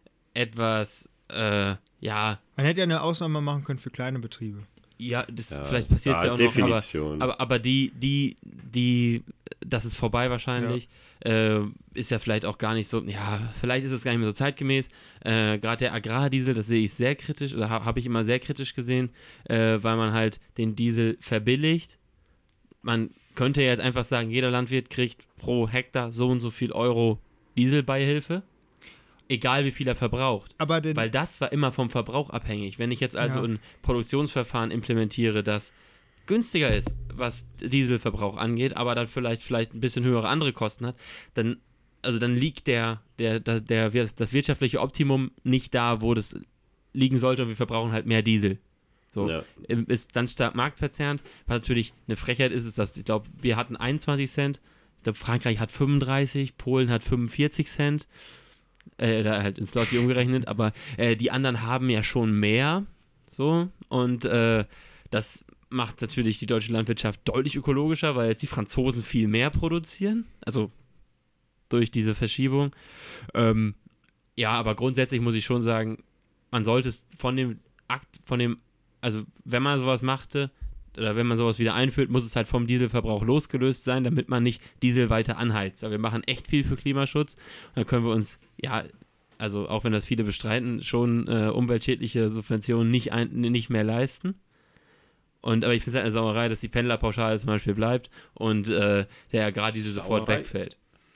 etwas, äh, ja, Man hätte ja eine Ausnahme machen können für kleine Betriebe. ja, das Ja, vielleicht passiert es ja, ja auch noch, aber, Definition. aber, aber die, die, die, das ist vorbei wahrscheinlich, äh, ist ja vielleicht auch gar nicht so, ja, vielleicht ist es gar nicht mehr so zeitgemäß. Äh, Gerade der Agrardiesel, das sehe ich sehr kritisch, oder ha, habe ich immer sehr kritisch gesehen, äh, weil man halt den Diesel verbilligt. Man könnte jetzt einfach sagen, jeder Landwirt kriegt pro Hektar so und so viel Euro Dieselbeihilfe, egal wie viel er verbraucht. Aber den, Weil das war immer vom Verbrauch abhängig. Wenn ich jetzt also Ja. ein Produktionsverfahren implementiere, das günstiger ist, was Dieselverbrauch angeht, aber dann vielleicht, vielleicht ein bisschen höhere andere Kosten hat, dann, also dann liegt der, der, der, der, das wirtschaftliche Optimum nicht da, wo das liegen sollte, und wir verbrauchen halt mehr Diesel. So. Ja. Ist dann stark marktverzerrend, was natürlich eine Frechheit ist, ist, dass ich glaube, wir hatten einundzwanzig Cent, ich glaube, Frankreich hat fünfunddreißig, Polen hat fünfundvierzig Cent, äh, da halt ins Slotty umgerechnet, aber äh, die anderen haben ja schon mehr, so, und äh, das macht natürlich die deutsche Landwirtschaft deutlich ökologischer, weil jetzt die Franzosen viel mehr produzieren, also durch diese Verschiebung. Ähm, ja, aber grundsätzlich muss ich schon sagen, man sollte es von dem Akt, von dem, also wenn man sowas machte, oder wenn man sowas wieder einführt, muss es halt vom Dieselverbrauch losgelöst sein, damit man nicht Diesel weiter anheizt. Weil wir machen echt viel für Klimaschutz. Und dann können wir uns, ja, also auch wenn das viele bestreiten, schon äh, umweltschädliche Subventionen nicht, ein, nicht mehr leisten. Und, aber ich finde es halt eine Sauerei, dass die Pendlerpauschale zum Beispiel bleibt und äh, der Agrardiesel sofort Sauerei? wegfällt.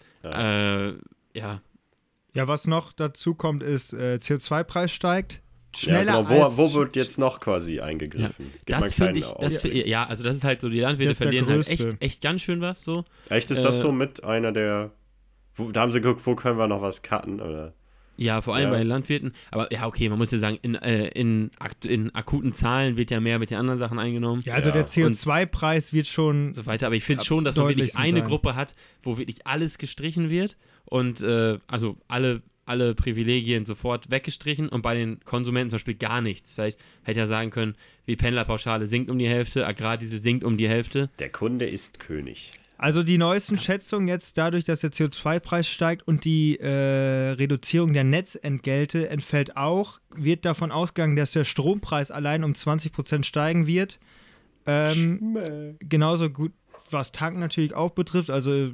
Ja. Äh, ja, ja, was noch dazu kommt, ist, äh, C O zwei Preis steigt. Ja, Schneller genau. Wo, als wo wird jetzt noch quasi eingegriffen? Gib mal das einen finde kleinen ich, das Ausblick. fi- ja, also das ist halt so, die Landwirte Das ist der verlieren halt echt, größte. echt ganz schön was so. Echt, ist das äh, so mit einer der. Wo, da haben sie geguckt, wo können wir noch was cutten? Oder? Ja, vor allem Ja. bei den Landwirten. Aber ja, okay, man muss ja sagen, in, äh, in, akt- in akuten Zahlen wird ja mehr mit den anderen Sachen eingenommen. Ja, also Ja, der C O zwei Preis wird schon. So weiter. Aber ich finde Ab- schon, dass man wirklich deutlichsten eine sein. Gruppe hat, wo wirklich alles gestrichen wird und äh, also alle, alle Privilegien sofort weggestrichen und bei den Konsumenten zum Beispiel gar nichts. Vielleicht hätte er sagen können, die Pendlerpauschale sinkt um die Hälfte, Agrardiesel sinkt um die Hälfte. Der Kunde ist König. Also die neuesten Schätzungen jetzt dadurch, dass der C O zwei Preis steigt und die äh, Reduzierung der Netzentgelte entfällt auch, wird davon ausgegangen, dass der Strompreis allein um zwanzig Prozent steigen wird. Ähm, genauso gut, was Tanken natürlich auch betrifft. Also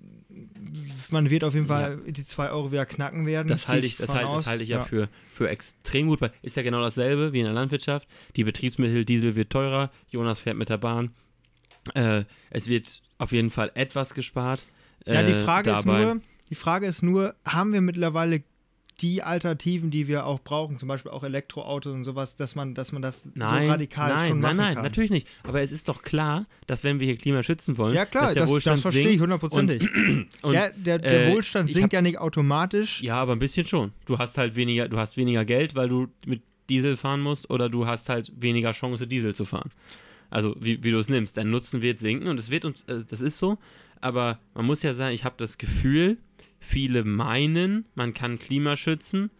man wird auf jeden Fall die zwei Euro wieder knacken werden. Das halte ich, Gehe das von halte, das aus. halte ich ja, Für, für extrem gut, weil ist ja genau dasselbe wie in der Landwirtschaft. Die Betriebsmittel, Diesel wird teurer, Jonas fährt mit der Bahn. Äh, es wird auf jeden Fall etwas gespart. Ja, die äh, Frage ist dabei. nur, die Frage ist nur, haben wir mittlerweile die Alternativen, die wir auch brauchen, zum Beispiel auch Elektroautos und sowas, dass man, dass man das Nein, so radikal nein, schon machen nein, nein, kann? natürlich nicht. Aber es ist doch klar, dass wenn wir hier Klima schützen wollen, Ja klar, dass der das, Wohlstand das verstehe ich sinkt. hundertprozentig. Und, Ja, der der äh, Wohlstand ich sinkt hab- ja nicht automatisch. Ja, aber ein bisschen schon. Du hast halt weniger, du hast weniger Geld, weil du mit Diesel fahren musst, oder du hast halt weniger Chance, Diesel zu fahren. Also wie, wie du es nimmst. Dein Nutzen wird sinken und es wird uns, äh, das ist so. Aber man muss ja sagen, ich habe das Gefühl, viele meinen, man kann Klima schützen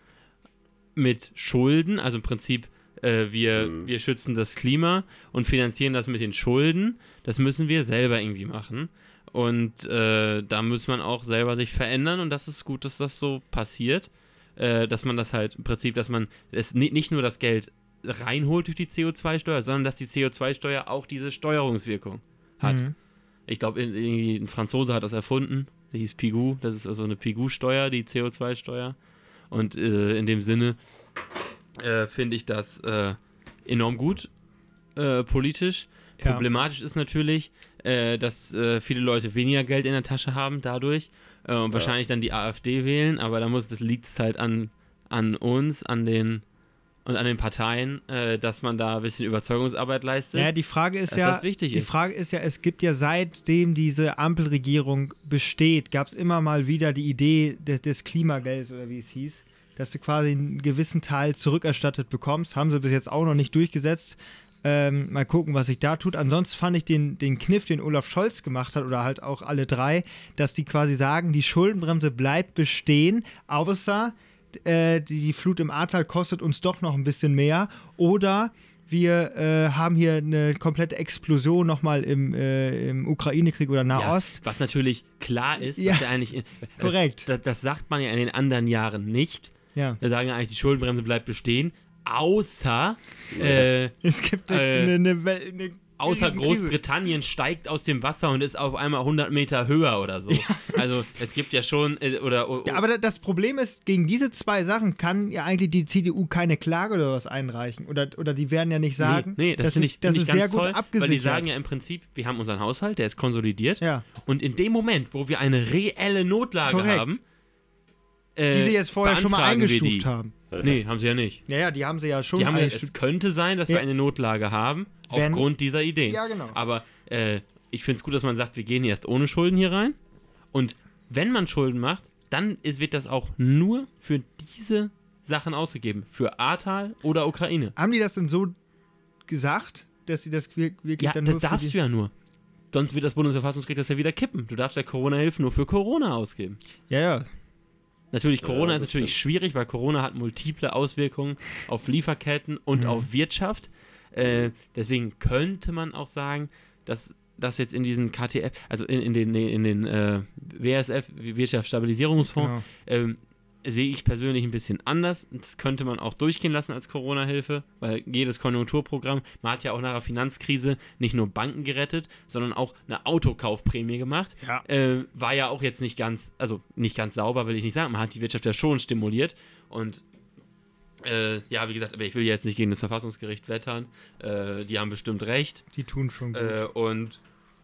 mit Schulden. Also im Prinzip, äh, wir, Mhm. wir schützen das Klima und finanzieren das mit den Schulden. Das müssen wir selber irgendwie machen. Und äh, da muss man auch selber sich verändern und das ist gut, dass das so passiert. Äh, dass man das halt im Prinzip, dass man es ni- nicht nur das Geld reinholt durch die C O zwei Steuer, sondern dass die C O zwei Steuer auch diese Steuerungswirkung hat. Mhm. Ich glaube, irgendwie ein Franzose hat das erfunden. Der hieß Pigou. Das ist also eine Pigou-Steuer, die C O zwei Steuer. Und äh, in dem Sinne äh, finde ich das äh, enorm gut äh, politisch. Ja. Problematisch ist natürlich, äh, dass äh, viele Leute weniger Geld in der Tasche haben dadurch äh, und wahrscheinlich dann die AfD wählen. Aber da muss das liegt es halt an, an uns, an den und an den Parteien, äh, dass man da ein bisschen Überzeugungsarbeit leistet. Ja, die Frage ist dass ja, das wichtig die ist. Frage ist ja, es gibt ja seitdem diese Ampelregierung besteht, gab es immer mal wieder die Idee des, des Klimagelds oder wie es hieß, dass du quasi einen gewissen Teil zurückerstattet bekommst. Haben sie bis jetzt auch noch nicht durchgesetzt. Ähm, mal gucken, was sich da tut. Ansonsten fand ich den, den Kniff, den Olaf Scholz gemacht hat, oder halt auch alle drei, dass die quasi sagen, die Schuldenbremse bleibt bestehen, außer äh, die, die Flut im Ahrtal kostet uns doch noch ein bisschen mehr. Oder wir äh, haben hier eine komplette Explosion nochmal im, äh, im Ukraine-Krieg oder Nahost. Ja, was natürlich klar ist, Ja, was ja eigentlich. Das, korrekt. Das, das sagt man ja in den anderen Jahren nicht. Ja. Wir sagen ja eigentlich, die Schuldenbremse bleibt bestehen, außer. Äh, Es gibt eine, Äh, eine, eine, Wel- eine Außer Riesenkrise. Großbritannien steigt aus dem Wasser und ist auf einmal hundert Meter höher oder so. Also es gibt ja schon, äh, oder, o- Ja, aber da- das Problem ist, gegen diese zwei Sachen kann ja eigentlich die C D U keine Klage oder was einreichen. Oder, oder die werden ja nicht sagen, nee, nee, das, finde ist, ich, das find ich ist ganz sehr gut toll, abgesichert. weil die sagen ja im Prinzip, wir haben unseren Haushalt, der ist konsolidiert Ja. und in dem Moment, wo wir eine reelle Notlage Korrekt. haben, äh, die sie jetzt vorher schon mal beantragen wir eingestuft die. haben. Nee, haben sie ja nicht. Ja, ja, die haben sie ja schon Die haben ja, es eingestuft. könnte sein, dass Ja. wir eine Notlage haben, Wenn- aufgrund dieser Ideen. Ja, genau. Aber äh, ich finde es gut, dass man sagt, wir gehen erst ohne Schulden hier rein. Und wenn man Schulden macht, dann ist, wird das auch nur für diese Sachen ausgegeben. Für Ahrtal oder Ukraine. Haben die das denn so gesagt, dass sie das wir- wirklich Ja, dann das nur für darfst die du ja nur. Sonst wird das Bundesverfassungsgericht das ja wieder kippen. Du darfst ja Corona-Hilfen nur für Corona ausgeben. Ja, ja. Natürlich, Corona Ja, ist das natürlich stimmt. schwierig, weil Corona hat multiple Auswirkungen auf Lieferketten und Mhm. auf Wirtschaft. Äh, deswegen könnte man auch sagen, dass das jetzt in diesen K T F, also in, in den, in den äh, W S F, Wirtschaftsstabilisierungsfonds, Genau. ähm, sehe ich persönlich ein bisschen anders. Das könnte man auch durchgehen lassen als Corona-Hilfe, weil jedes Konjunkturprogramm, man hat ja auch nach der Finanzkrise nicht nur Banken gerettet, sondern auch eine Autokaufprämie gemacht. Ja. Äh, war ja auch jetzt nicht ganz, also nicht ganz sauber, will ich nicht sagen. Man hat die Wirtschaft ja schon stimuliert und äh, ja, wie gesagt, aber ich will jetzt nicht gegen das Verfassungsgericht wettern. Äh, die haben bestimmt recht. Die tun schon gut. Äh, und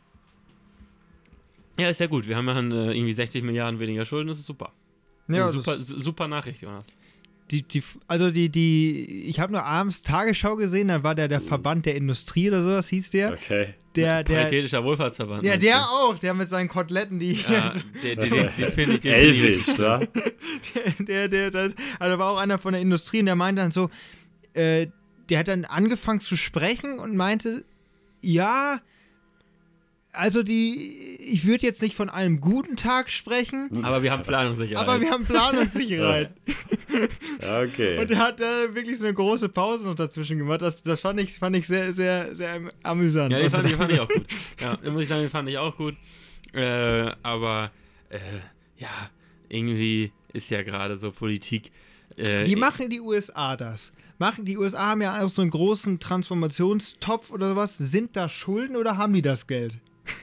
ja, ist ja gut. Wir haben ja äh, irgendwie sechzig Milliarden weniger Schulden, das ist super. ja, super, das, su- super Nachricht, Jonas. Die, die, also die, die, ich habe nur abends Tagesschau gesehen, dann war der der Verband der Industrie oder sowas hieß der. Okay. Der, der, Paritätischer Wohlfahrtsverband. ja, meinst der du? auch, der mit seinen Koteletten, die. Ja, der, der, der, der finde ich den Elvisch, wa? der, der, das, also war auch einer von der Industrie und der meinte dann so, äh, der hat dann angefangen zu sprechen und meinte, ja, also die, ich würde jetzt nicht von einem guten Tag sprechen, Aber wir haben Planungssicherheit. aber wir haben Planungssicherheit. Okay. Und er hat äh, wirklich so eine große Pause noch dazwischen gemacht. Das, das fand ich, fand ich sehr, sehr, sehr am- amüsant. Ja, den Was er fand, ich- da fand ich auch gut. Ja, den muss ich sagen, den fand ich auch gut. Äh, aber, äh, ja, irgendwie ist ja gerade so Politik. Äh, Wie machen die U S A das? Machen die U S A haben ja auch so einen großen Transformationstopf oder sowas. Sind da Schulden oder haben die das Geld?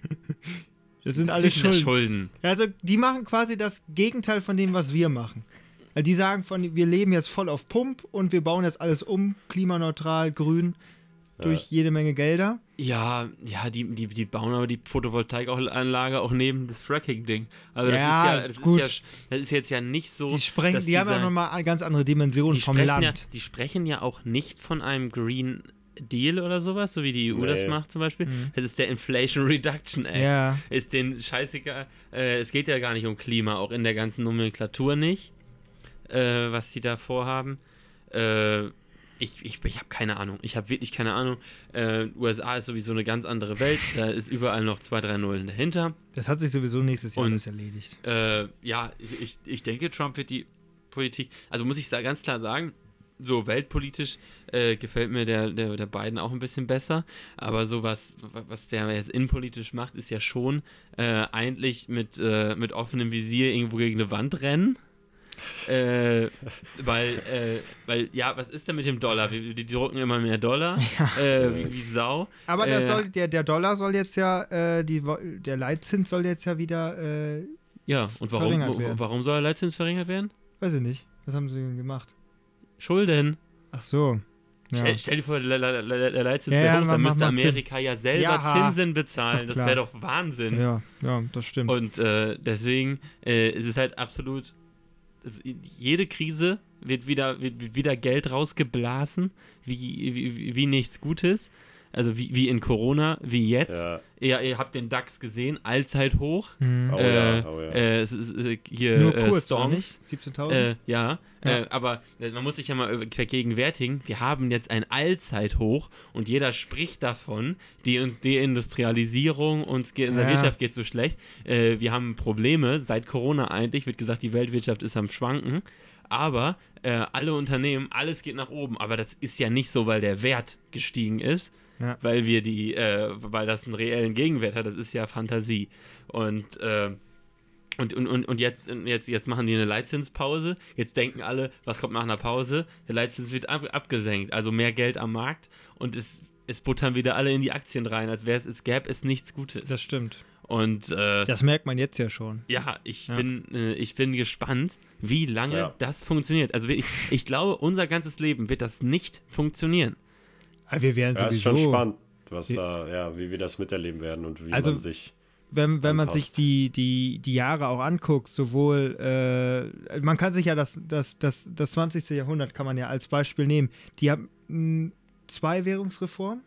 Das sind alle Zwischen der Schulden. Schulden. Ja, also die machen quasi das Gegenteil von dem, was wir machen. Also die sagen von, wir leben jetzt voll auf Pump und wir bauen jetzt alles um, klimaneutral, grün, durch jede Menge Gelder. Ja, ja, die, die, die bauen aber die Photovoltaikanlage auch neben das Fracking-Ding. Also das Ja, ist ja, das gut. ist ja, das ist jetzt ja nicht so. Die sprengen, dass die haben ja sagen- nochmal eine ganz andere Dimension die vom sprechen Land. Ja, die sprechen ja auch nicht von einem Green Deal oder sowas, so wie die E U Nee. das macht zum Beispiel. Das ist der Inflation Reduction Act. Mhm. Ja. Ist den scheißegal. Äh, es geht ja gar nicht um Klima, auch in der ganzen Nomenklatur nicht, äh, was sie da vorhaben. Äh, ich ich, ich habe keine Ahnung. Ich habe wirklich keine Ahnung. Äh, U S A ist sowieso eine ganz andere Welt. Da ist überall noch zwei, drei Nullen dahinter. Das hat sich sowieso nächstes Jahr Und- alles erledigt. Äh, ja, ich, ich denke, Trump wird die Politik, also muss ich sa- ganz klar sagen, so weltpolitisch äh, gefällt mir der, der, der Biden auch ein bisschen besser, aber so was, was der jetzt innenpolitisch macht, ist ja schon äh, eigentlich mit, äh, mit offenem Visier irgendwo gegen eine Wand rennen. Äh, weil, äh, weil, ja, was ist denn mit dem Dollar? Die, die drucken immer mehr Dollar, äh, wie, wie Sau. Aber der, äh, soll, der, der Dollar soll jetzt ja, äh, die, Wo- der Leitzins soll jetzt ja wieder, äh, Ja, und warum, verringert wo, werden. warum soll der Leitzins verringert werden? weiß ich nicht. Was haben sie denn gemacht? Schulden. Ach so. Ja. Stell, stell dir vor, der, der, der, der Leitzins Ja, wäre ja, hoch, mach- dann mach müsste mal Sinn. Amerika ja selber Ja, Zinsen bezahlen. ist doch Das klar. wäre doch Wahnsinn. ja, ja, das stimmt. Und äh, deswegen äh, ist es halt absolut, es, jede Krise wird wieder, wird, wird wieder Geld rausgeblasen, wie, wie, wie nichts Gutes. Also wie, wie in Corona, wie jetzt. Ja. Ihr, ihr habt den DAX gesehen, Allzeithoch. Mhm. Oh äh, ja, oh ja. äh, es ist, äh, hier Nur äh, kurz, oder Stonks. nicht? siebzehntausend? Äh, ja, Ja. Äh, aber äh, man muss sich ja mal vergegenwärtigen, wir haben jetzt ein Allzeithoch und jeder spricht davon, die In- Deindustrialisierung, uns geht, unserer Ja. Wirtschaft geht so schlecht, äh, wir haben Probleme, seit Corona eigentlich, wird gesagt, die Weltwirtschaft ist am Schwanken, aber äh, alle Unternehmen, alles geht nach oben, aber das ist ja nicht so, weil der Wert gestiegen ist, Ja. weil wir die, äh, weil das einen reellen Gegenwert hat, das ist ja Fantasie und äh, Und, und, und, und jetzt, jetzt, jetzt machen die eine Leitzinspause. Jetzt denken alle, was kommt nach einer Pause? Der Leitzins wird ab, abgesenkt, also mehr Geld am Markt und es, es buttern wieder alle in die Aktien rein, als wäre es, es gäbe es nichts Gutes. Das stimmt. Und äh, Das merkt man jetzt ja schon. ja, ich, Ja. Bin, äh, ich bin gespannt, wie lange Ja. das funktioniert. Also wirklich, ich glaube, unser ganzes Leben wird das nicht funktionieren. Aber wir werden Ja, ist sowieso. schon spannend, was da, ja, wie wir das miterleben werden und wie Also- man sich. Wenn, wenn man anpasst. sich die, die, die Jahre auch anguckt, sowohl, äh, man kann sich ja das, das, das, das zwanzigste. Jahrhundert kann man ja als Beispiel nehmen. Die haben mh, zwei Währungsreformen,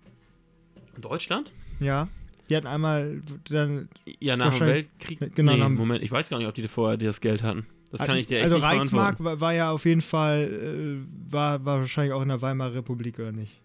Deutschland? ja. Die hatten einmal dann, Ja, nach dem Wahrscheinlich- Weltkrieg? genau, nee, nach dem- Moment, ich weiß gar nicht, ob die vorher das Geld hatten. Das kann ich dir echt also nicht Reichsmark beantworten. war, war ja auf jeden Fall, äh, war, war wahrscheinlich auch in der Weimarer Republik, oder nicht?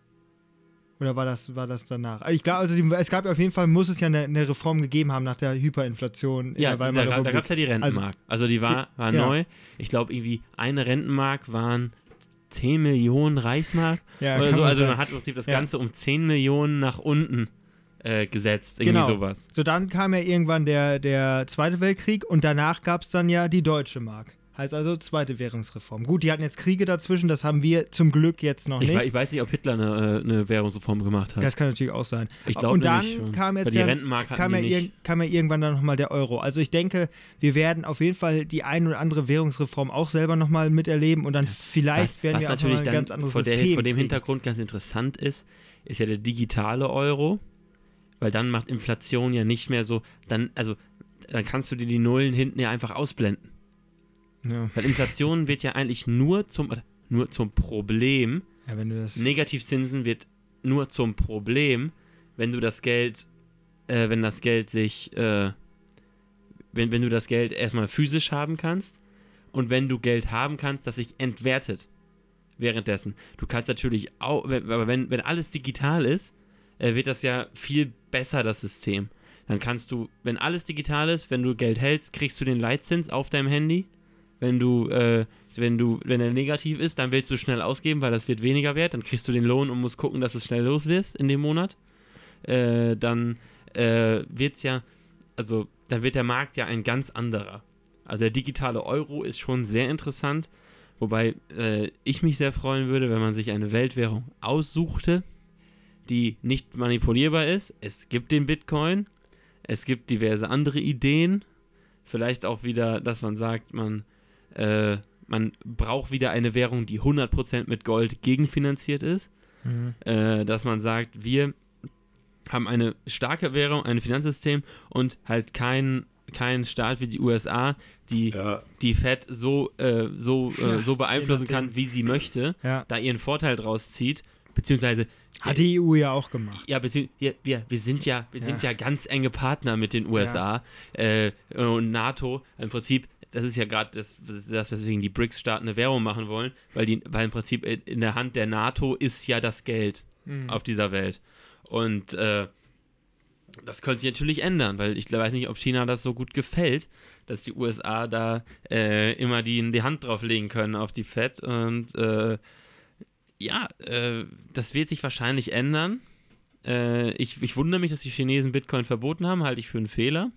Oder war das, war das danach? Ich glaube, also die, es gab ja auf jeden Fall, muss es ja eine, eine Reform gegeben haben nach der Hyperinflation in Ja, der da, Weimarer da, da Republik. gab es ja die Rentenmark. Also, die war, war ja. neu. Ich glaube, irgendwie eine Rentenmark waren zehn Millionen Reichsmark ja, oder kann so. man Also sagen. man hat im Prinzip das Ja. Ganze um zehn Millionen nach unten äh, gesetzt. Irgendwie Genau. sowas. So, dann kam ja irgendwann der, der Zweite Weltkrieg und danach gab es dann ja die Deutsche Mark. Heißt also zweite Währungsreform. Gut, die hatten jetzt Kriege dazwischen, das haben wir zum Glück jetzt noch Ich, nicht. wei- ich weiß nicht, ob Hitler eine, äh, eine Währungsreform gemacht hat. Das kann natürlich auch sein. Ich glaube Und dann nämlich schon. kam Weil jetzt die ja, Rentenmark hatten kam, ja die ir- nicht. kam ja irgendwann dann nochmal der Euro. Also ich denke, wir werden auf jeden Fall die ein oder andere Währungsreform auch selber nochmal miterleben und dann vielleicht was, werden was wir auch natürlich mal ein dann ganz anderes vor, der, System vor dem kriegen. Hintergrund ganz interessant ist, ist ja der digitale Euro, weil dann macht Inflation ja nicht mehr so, dann, also dann kannst du dir die Nullen hinten ja einfach ausblenden. Ja. Weil Inflation wird ja eigentlich nur zum, nur zum Problem. Ja, wenn du das. Negativzinsen wird nur zum Problem, wenn du das Geld, äh, wenn das Geld sich, äh, wenn, wenn du das Geld erstmal physisch haben kannst und wenn du Geld haben kannst, das sich entwertet währenddessen. Du kannst natürlich auch, wenn, aber wenn, wenn alles digital ist, äh, wird das ja viel besser, das System. Dann kannst du, wenn alles digital ist, wenn du Geld hältst, kriegst du den Leitzins auf deinem Handy. Wenn du, äh, wenn du, wenn er negativ ist, dann willst du schnell ausgeben, weil das wird weniger wert. Dann kriegst du den Lohn und musst gucken, dass es schnell los wirst in dem Monat. Äh, dann äh, wird's ja, also dann wird der Markt ja ein ganz anderer. Also der digitale Euro ist schon sehr interessant, wobei äh, ich mich sehr freuen würde, wenn man sich eine Weltwährung aussuchte, die nicht manipulierbar ist. Es gibt den Bitcoin, es gibt diverse andere Ideen, vielleicht auch wieder, dass man sagt, man, äh, man braucht wieder eine Währung, die hundert Prozent mit Gold gegenfinanziert ist, Mhm. äh, dass man sagt, wir haben eine starke Währung, ein Finanzsystem und halt kein, kein Staat wie die U S A, die Ja. die Fed so, äh, so, Ja, äh, so beeinflussen je nachdem. kann, wie sie möchte, Ja. da ihren Vorteil draus zieht, beziehungsweise Hat die E U ja auch gemacht. ja, beziehungsweise wir, wir, wir sind ja, wir sind ja ganz enge Partner mit den U S A äh, und NATO. Im Prinzip, das ist ja gerade das, das, weswegen die B R I C S-Staaten eine Währung machen wollen, weil die, weil im Prinzip in der Hand der NATO ist ja das Geld Mhm. auf dieser Welt. Und äh, das könnte sich natürlich ändern, weil ich weiß nicht, ob China das so gut gefällt, dass die U S A da äh, immer die, die Hand drauf legen können auf die Fed. Und äh, ja, äh, das wird sich wahrscheinlich ändern. Äh, ich, ich wundere mich, dass die Chinesen Bitcoin verboten haben, halte ich für einen Fehler.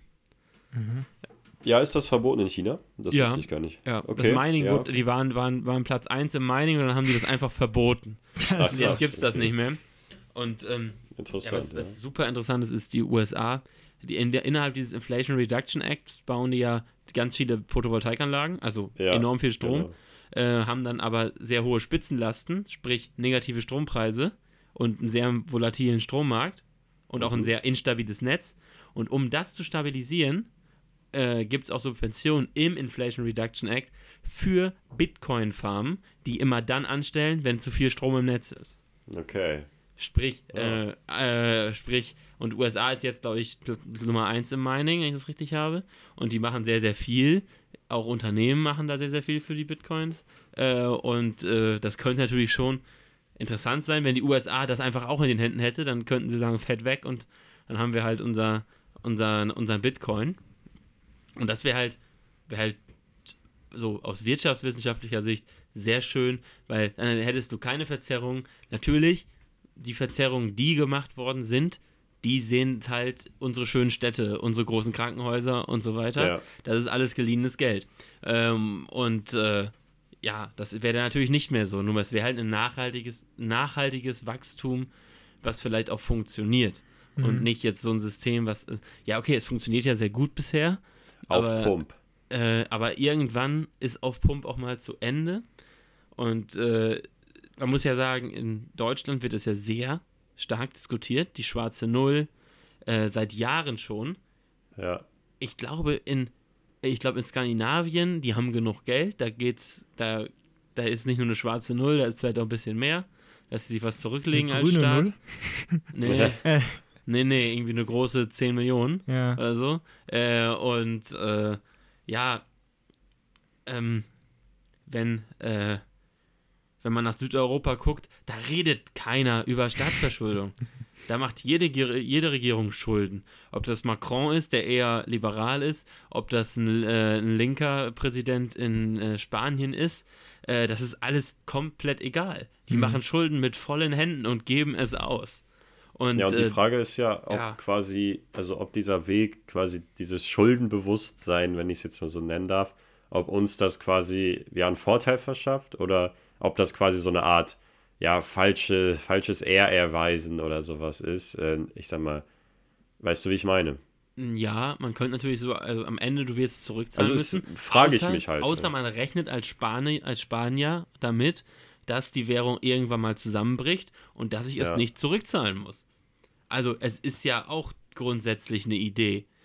Ja, ist das verboten in China? Das Ja. wusste ich gar nicht. Ja, Okay, das Mining, ja. wurde, die waren, waren, waren Platz eins im Mining und dann haben die das einfach verboten. Das Ach, Und jetzt krass, gibt es das okay. nicht mehr. Und ähm, ja, Interessant. was, Ja, was super interessant ist, ist die U S A. Die in der, innerhalb dieses Inflation Reduction Acts bauen die ja ganz viele Photovoltaikanlagen, also Ja, enorm viel Strom, genau. äh, haben dann aber sehr hohe Spitzenlasten, sprich negative Strompreise und einen sehr volatilen Strommarkt und auch ein Mhm. sehr instabiles Netz. Und um das zu stabilisieren, äh, gibt es auch Subventionen im Inflation Reduction Act für Bitcoin-Farmen, die immer dann anstellen, wenn zu viel Strom im Netz ist. Okay. Sprich, Ja. äh, äh, sprich, und U S A ist jetzt, glaube ich, Pl- Nummer eins im Mining, wenn ich das richtig habe. Und die machen sehr, sehr viel. Auch Unternehmen machen da sehr, sehr viel für die Bitcoins. Äh, und äh, das könnte natürlich schon interessant sein, wenn die U S A das einfach auch in den Händen hätte, dann könnten sie sagen, Fett weg und dann haben wir halt unser, unser, unseren Bitcoin. Und das wäre halt, wäre halt so aus wirtschaftswissenschaftlicher Sicht sehr schön, weil dann hättest du keine Verzerrung. Natürlich, die Verzerrungen, die gemacht worden sind, die sind halt unsere schönen Städte, unsere großen Krankenhäuser und so weiter. Ja. Das ist alles geliehenes Geld. Ähm, und äh, ja, das wäre dann natürlich nicht mehr so. Nur es wäre halt ein nachhaltiges, nachhaltiges Wachstum, was vielleicht auch funktioniert. Und nicht jetzt so ein System, was, äh, ja okay, es funktioniert ja sehr gut bisher. Auf aber, Pump. Äh, aber irgendwann ist auf Pump auch mal zu Ende. Und äh, man muss ja sagen, in Deutschland wird es ja sehr stark diskutiert, die schwarze Null, äh, seit Jahren schon. Ja. Ich glaube, in, ich glaube, in Skandinavien, die haben genug Geld, da geht's, da, da ist nicht nur eine schwarze Null, da ist vielleicht auch ein bisschen mehr, dass sie sich was zurücklegen Eine als grüne Staat. Null? Nee, Äh, nee, nee, irgendwie eine große zehn Millionen ja. oder so. Äh, und äh, ja, ähm, wenn, äh, wenn man nach Südeuropa guckt, da redet keiner über Staatsverschuldung. Da macht jede, Ge- jede Regierung Schulden. Ob das Macron ist, der eher liberal ist, ob das ein, äh, ein linker Präsident in äh, Spanien ist, äh, das ist alles komplett egal. Die Mhm. machen Schulden mit vollen Händen und geben es aus. Und, Ja, und die äh, Frage ist ja, ob ja. quasi, also ob dieser Weg, quasi dieses Schuldenbewusstsein, wenn ich es jetzt mal so nennen darf, ob uns das quasi ja einen Vorteil verschafft oder ob das quasi so eine Art, ja, falsche, falsches Ehrerweisen oder sowas ist. Äh, ich sag mal, weißt du, wie ich meine? Ja, man könnte natürlich so, also am Ende, du wirst es zurückzahlen Also es müssen. frage ich außer, mich halt, Außer ja. man rechnet als, Spani als Spanier damit, dass die Währung irgendwann mal zusammenbricht und dass ich es Ja. nicht zurückzahlen muss. Also es ist ja auch grundsätzlich eine Idee,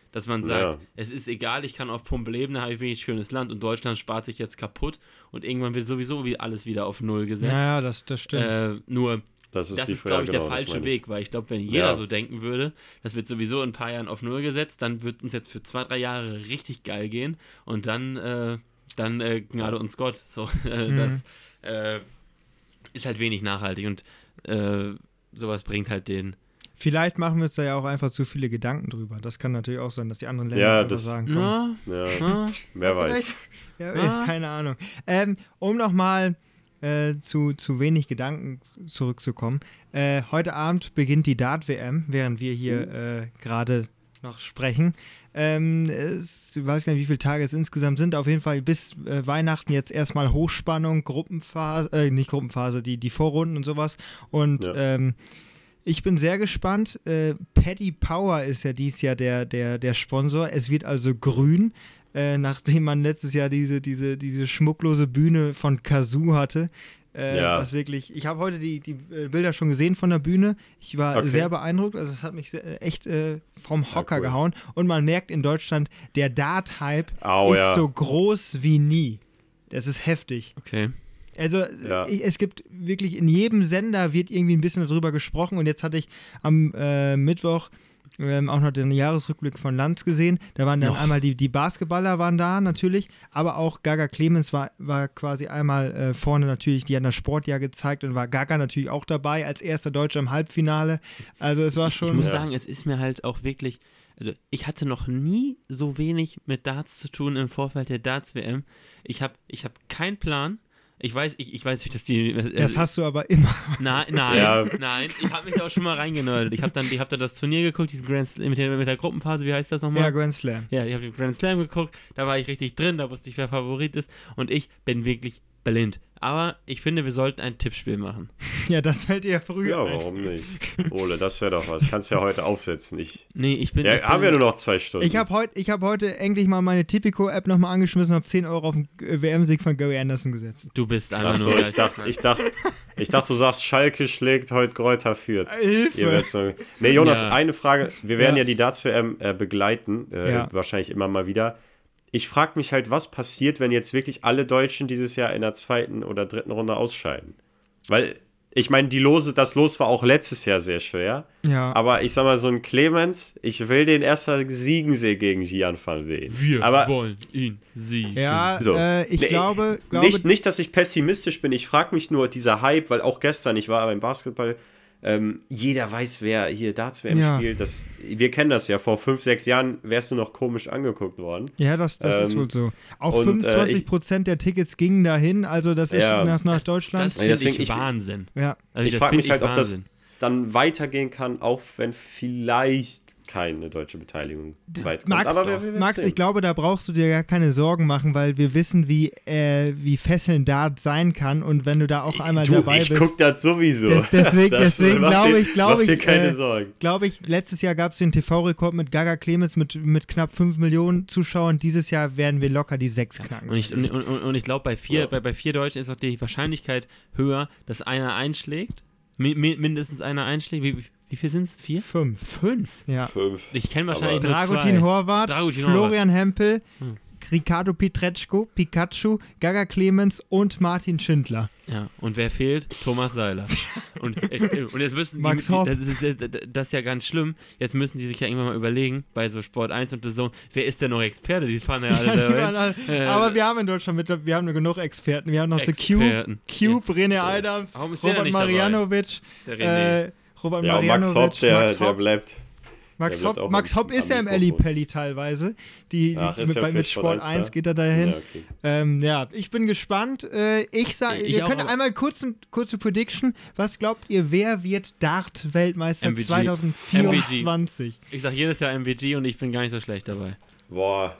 Dass man sagt, Ja. es ist egal, ich kann auf Pump leben, da habe ich wenig schönes Land und Deutschland spart sich jetzt kaputt und irgendwann wird sowieso wie alles wieder auf Null gesetzt. Naja, das, das stimmt. Äh, nur, Das ist, das die ist Frage, glaube ich, der genau, das falsche meine ich. Weg, weil ich glaube, wenn jeder Ja. so denken würde, das wird sowieso in ein paar Jahren auf Null gesetzt, dann wird uns jetzt für zwei, drei Jahre richtig geil gehen und dann, äh, dann äh, gnade uns Gott. So, äh, Mhm. Das äh, ist halt wenig nachhaltig und äh, sowas bringt halt den. Vielleicht machen wir uns da ja auch einfach zu viele Gedanken drüber. Das kann natürlich auch sein, dass die anderen Länder Ja, einfach das- sagen, komm, Na, Ja, na, wer weiß. vielleicht- Ja, Ah. keine Ahnung. Ähm, um nochmal äh, zu, zu wenig Gedanken zurückzukommen. Äh, heute Abend beginnt die Dart-W M, während wir hier äh, gerade noch sprechen. Ähm, es, ich weiß gar nicht, wie viele Tage es insgesamt sind. Auf jeden Fall bis äh, Weihnachten jetzt erstmal Hochspannung, Gruppenphase, äh, nicht Gruppenphase, die, die Vorrunden und sowas. Und Ja. ähm, ich bin sehr gespannt. Äh, Paddy Power ist ja dieses Jahr der, der, der Sponsor. Es wird also grün, äh, nachdem man letztes Jahr diese, diese, diese schmucklose Bühne von Kazoo hatte. Äh, Ja. Was wirklich, ich habe heute die, die äh, Bilder schon gesehen von der Bühne. Ich war Okay. sehr beeindruckt. Also es hat mich sehr, echt äh, vom Hocker cool. gehauen. Und man merkt in Deutschland, der Dart-Hype Au, ist ja. so groß wie nie. Das ist heftig. okay. Also Ja. ich, es gibt wirklich, in jedem Sender wird irgendwie ein bisschen darüber gesprochen und jetzt hatte ich am äh, Mittwoch ähm, auch noch den Jahresrückblick von Lanz gesehen. Da waren dann Noch. einmal die, die Basketballer waren da natürlich, aber auch Gaga Clemens war, war quasi einmal äh, vorne natürlich, die haben das Sportjahr gezeigt und war Gaga natürlich auch dabei als erster Deutscher im Halbfinale. Also es war Ich schon... muss Ja. sagen, es ist mir halt auch wirklich, also ich hatte noch nie so wenig mit Darts zu tun im Vorfeld der Darts-W M. Ich habe ich hab keinen Plan. Ich weiß, ich, ich weiß nicht, dass die. Äh, das hast du aber immer. Nein, nein, Ja. nein. Ich habe mich da auch schon mal reingenördet. Ich habe dann, ich hab dann das Turnier geguckt, diesen Grand Slam mit der, mit der Gruppenphase, wie heißt das nochmal? Ja, Grand Slam. Ja, ich habe den Grand Slam geguckt, da war ich richtig drin, da wusste ich, wer Favorit ist und ich bin wirklich blind. Aber ich finde, wir sollten ein Tippspiel machen. Ja, das fällt dir ja früh Ja, ein. warum nicht? Ole, das wäre doch was. Kannst ja heute aufsetzen. Ich, Nee, ich bin. ja, ich bin haben wir nur noch zwei Stunden. Ich habe heut, ich hab heute endlich mal meine Tipico-App nochmal angeschmissen und habe zehn Euro auf den äh, W M-Sieg von Gary Anderson gesetzt. Du bist einfach Achso, nur. ich dachte, ich dachte, ich dachte, du sagst, Schalke schlägt heute Greuther Fürth. Ihr Hilfe! werdet's noch- Nee, Jonas, Ja. eine Frage. Wir werden Ja. ja, die Darts-W M äh, begleiten, äh, Ja. wahrscheinlich immer mal wieder. Ich frage mich halt, was passiert, wenn jetzt wirklich alle Deutschen dieses Jahr in der zweiten oder dritten Runde ausscheiden? Weil, ich meine, die Lose, das Los war auch letztes Jahr sehr schwer. Ja. Aber ich sag mal, so ein Clemens, ich will den erster Siegensee gegen Gian van Veen. Wir aber wollen ihn siegen. Ja, So. äh, ich Nee, glaube, glaube nicht, nicht, dass ich pessimistisch bin. Ich frage mich nur, dieser Hype, weil auch gestern, ich war beim Basketball, ähm, jeder weiß, wer hier Darts-W M Ja. spielt. Das, wir kennen das ja. Vor fünf, sechs Jahren wärst du noch komisch angeguckt worden. ja, das, das ist ähm, wohl so. Auch und, äh, fünfundzwanzig Prozent der Tickets gingen dahin, also das ist Ja. nach, nach Das- Deutschland. Das Nee, finde deswegen, ich ich- Wahnsinn. ja. Also Ich das frage find mich halt, ob das Wahnsinn. dann weitergehen kann, auch wenn vielleicht keine deutsche Beteiligung weit kommt. Max, Aber wir, wir werden's Max sehen. ich glaube, da brauchst du dir gar keine Sorgen machen, weil wir wissen, wie, äh, wie fesselnd Dart sein kann und wenn du da auch einmal du, dabei ich bist. guck das sowieso. Des- deswegen- Das- deswegen mach glaube dir- ich- glaube mach dir ich, keine äh, Sorgen. Glaube ich, letztes Jahr gab es den T V-Rekord mit Gaga Clemens mit, mit knapp fünf Millionen Zuschauern. Dieses Jahr werden wir locker die sechs knacken. Und ich, und, und, und ich glaube, bei vier, Ja. bei, bei vier Deutschen ist auch die Wahrscheinlichkeit höher, dass einer einschlägt. Mi mi mindestens einer einschlägt. Wie, wie, wie viel sind es? Vier? Fünf. Fünf. Ja. Fünf. Ich kenne wahrscheinlich Aber- nur Dragutin zwei. Horvath, Dragutin Florian Hempel, Hm. Ricardo Pietreczko, Pikachu, Gaga Clemens und Martin Schindler. Ja, und wer fehlt? Thomas Seiler. Und, äh, und jetzt müssen die, Max die Hopp. das, ist, ja- das ist ja ganz schlimm, jetzt müssen die sich ja irgendwann mal überlegen, bei so Sport eins und so, wer ist denn noch Experte? Die fahren ja alle Ja, die da waren alle- Äh, Aber wir haben in Deutschland mit, wir haben nur genug Experten. Wir haben noch so Experten. Cube, Cube, René Adams, Warum ist der Robert nicht dabei? Marianovic, Der René. äh, Robert Ja, und Max Marianovic, Hopp, der, Max der Hopp, bleibt. Max der bleibt Hopp, auch Max am- Hopp ist am ja im Mikrofon. Eli Pelli teilweise. Die, Ach, die ist mit, der bei, für mit Sport Sport eins eins da? geht er dahin. Ja, okay. Ähm, ja, ich bin gespannt. Äh, ich sag, Ich wir auch, können aber- einmal kurz, kurze Prediction. Was glaubt ihr, wer wird Dart-Weltmeister M V G. zwanzig vierundzwanzig? Ich sag jedes Jahr M V G und ich bin gar nicht so schlecht dabei. Boah.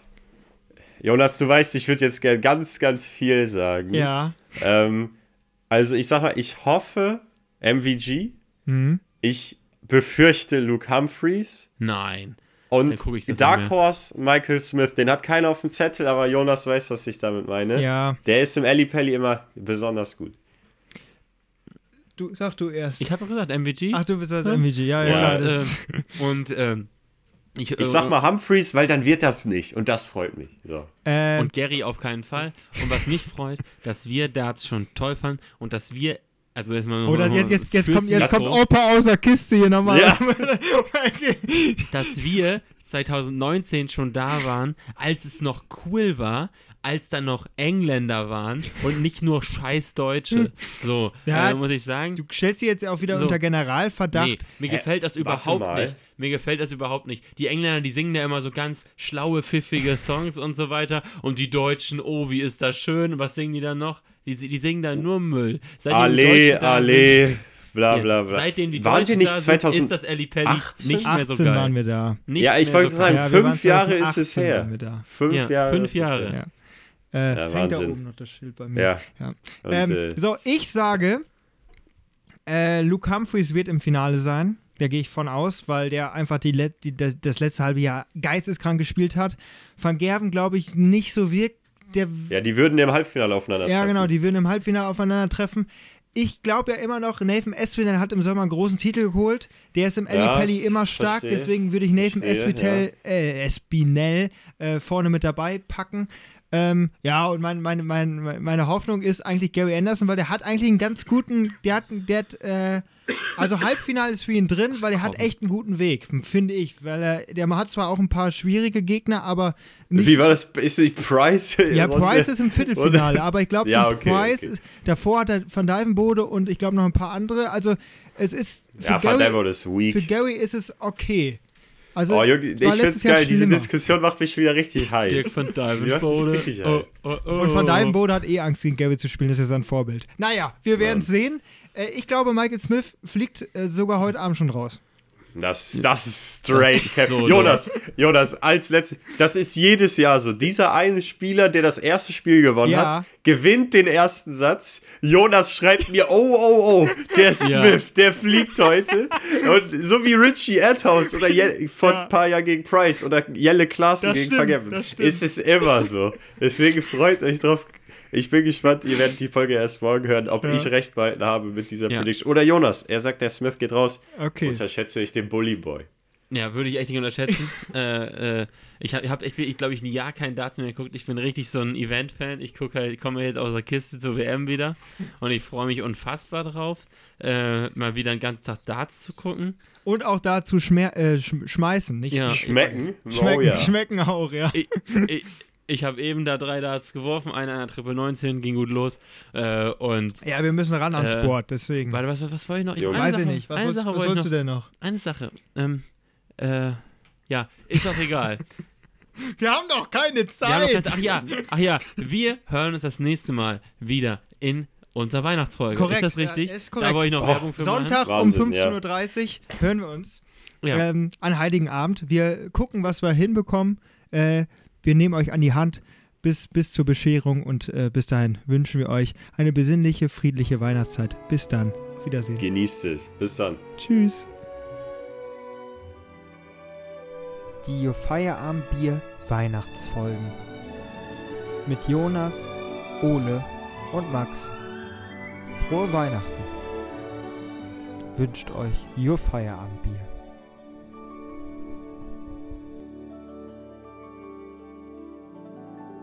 Jonas, du weißt, ich würde jetzt gerne ganz, ganz viel sagen. Ja. Ähm, also ich sag mal, ich hoffe M V G. Hm. Ich befürchte Luke Humphreys. Nein. Dann Und guck ich das Dark nicht mehr. Horse Michael Smith, den hat keiner auf dem Zettel, aber Jonas weiß, was ich damit meine. Ja. Der ist im Eli Pelli immer besonders gut. Du, sag du erst. Ich habe gesagt M V G. Ach, du bist das M V G. Ja, ja, Ja, klar. Das ähm, und ähm, Ich, Ich sag mal Humphreys, weil dann wird das nicht. Und das freut mich. So. Äh, Und Gary auf keinen Fall. Und was mich freut, dass wir Darts schon toll fanden und dass wir, also jetzt mal oder noch jetzt, mal jetzt, jetzt, fürs kommt, jetzt kommt Intro, Opa aus der Kiste hier nochmal. Ja. dass wir zwanzig neunzehn schon da waren, als es noch cool war, als da noch Engländer waren und nicht nur scheiß Deutsche. So, Ja, äh, muss ich sagen. Du stellst sie jetzt auch wieder So. unter Generalverdacht. Nee, mir Hä? gefällt das Warte überhaupt mal. nicht. Mir gefällt das überhaupt nicht. Die Engländer, die singen da immer so ganz schlaue, pfiffige Songs und so weiter. Und die Deutschen, oh, wie ist das schön. Was singen die dann noch? Die, die singen da nur Müll. Seitdem die Ale, Deutschen da ale, sind- bla Ja, bla bla. Seitdem die Waren Deutschen wir nicht da sind, zweitausend ist das Ali Pelli achtzehn? nicht mehr so achtzehn geil. waren wir da. Nicht Ja, ich mehr wollte so sagen, geil. Ja, wir waren fünf Jahre ist es zweitausendachtzehn her. waren wir da. Fünf Ja, Jahre. fünf ist es Jahre. her. Ja. Äh, Ja, hängt da Wahnsinn. oben noch das Schild bei mir. Ja. Ja. Und, Ähm, äh, so, ich sage, äh, Luke Humphreys wird im Finale sein. Da gehe ich von aus, weil der einfach die, Let die das, das letzte halbe Jahr geisteskrank gespielt hat. Van Gerven, glaube ich, nicht so wirkt. Der, ja, die würden im Halbfinale aufeinander ja, treffen. genau, die würden im Halbfinale aufeinandertreffen. Ich glaube ja immer noch, Nathan Espinel hat im Sommer einen großen Titel geholt. Der ist im Ja, Ali Pelli immer stark, verstehe. deswegen würde ich Nathan Verstehe, Espinel, äh, Espinel äh, vorne mit dabei packen. Ähm, ja, und mein, meine, meine, meine Hoffnung ist eigentlich Gary Anderson, weil der hat eigentlich einen ganz guten, der hat, der hat äh, also Halbfinale ist für ihn drin, weil er hat echt einen guten Weg, finde ich. Weil er, der hat zwar auch ein paar schwierige Gegner, aber nicht. Wie war das? Ist die Price? Ja, Runde? Price ist im Viertelfinale, aber ich glaube, Ja, zum okay, Price okay. ist, davor hat er Van Dijvenbode und ich glaube noch ein paar andere. Also es ist für, Ja, Van Gary, Dijvenbode ist weak. für Gary ist es okay. Also Oh, Junge, ich war find's letztes Jahr geil. Diese schlimmer. Diskussion macht mich wieder richtig heiß. Dirk van Ja, Dijvenbode. richtig, Oh, oh, oh. Und Van Dijvenbode hat eh Angst, gegen Gary zu spielen, das ist ja sein Vorbild. Naja, wir werden es sehen. Äh, ich glaube, Michael Smith fliegt äh, sogar heute Abend schon raus. Das, das ist straight. Das ist so Jonas, Jonas, als letztes. Das ist jedes Jahr so. Dieser eine Spieler, der das erste Spiel gewonnen Ja. hat, gewinnt den ersten Satz. Jonas schreibt mir, oh, oh, oh, der Smith, der fliegt heute. Und so wie Richie Adhouse oder Je vor Ja. ein paar Jahren gegen Price oder Jelle Klaassen Das gegen stimmt, Vergeven. das stimmt. Ist es immer so. Deswegen freut euch drauf. Ich bin gespannt, ihr werdet die Folge erst morgen hören, ob Ja. ich recht behalten habe mit dieser Ja. Prediction. Oder Jonas, er sagt, der Smith geht raus. Okay. Unterschätze ich den Bully Boy. Ja, würde ich echt nicht unterschätzen. äh, äh, ich habe hab echt, ich glaube ich, ein Jahr kein Darts mehr geguckt. Ich bin richtig so ein Event-Fan. Ich gucke halt, komme jetzt aus der Kiste zur W M wieder und ich freue mich unfassbar drauf, äh, mal wieder einen ganzen Tag Darts zu gucken. Und auch dazu schmer äh, sch schmeißen, nicht Ja. Schmecken? Schmecken, Oh ja. schmecken auch, ja. Ich, ich, ich habe eben da drei Darts geworfen, einer an der Triple neunzehn, ging gut los. Äh, und Ja, wir müssen ran ans Äh, Board, deswegen. warte, was, was wollte ich noch? Ich, Jo. eine Weiß Sache, ich nicht. Was, eine wolltest- Sache was wollte ich wolltest noch. du denn noch? Eine Sache. Ähm, äh, ja, ist doch egal. Wir haben doch keine Wir haben Zeit. noch ganz, ach ja, ach ja, wir hören uns das nächste Mal wieder in unserer Weihnachtsfolge. Korrekt, ist das richtig? ja, ist korrekt. Da wollte ich noch Boah, Werbung für Sonntag um Wahnsinn, fünfzehn Uhr dreißig hören wir uns machen. Ja. ähm, an Heiligen Abend. Wir gucken, was wir hinbekommen. Äh, wir nehmen euch an die Hand bis, bis zur Bescherung und äh, bis dahin wünschen wir euch eine besinnliche, friedliche Weihnachtszeit. Bis dann. Auf Wiedersehen. Genießt es. Bis dann. Tschüss. Die Feierabendbier Weihnachtsfolgen mit Jonas, Ole und Max. Frohe Weihnachten wünscht euch Your Feierabendbier.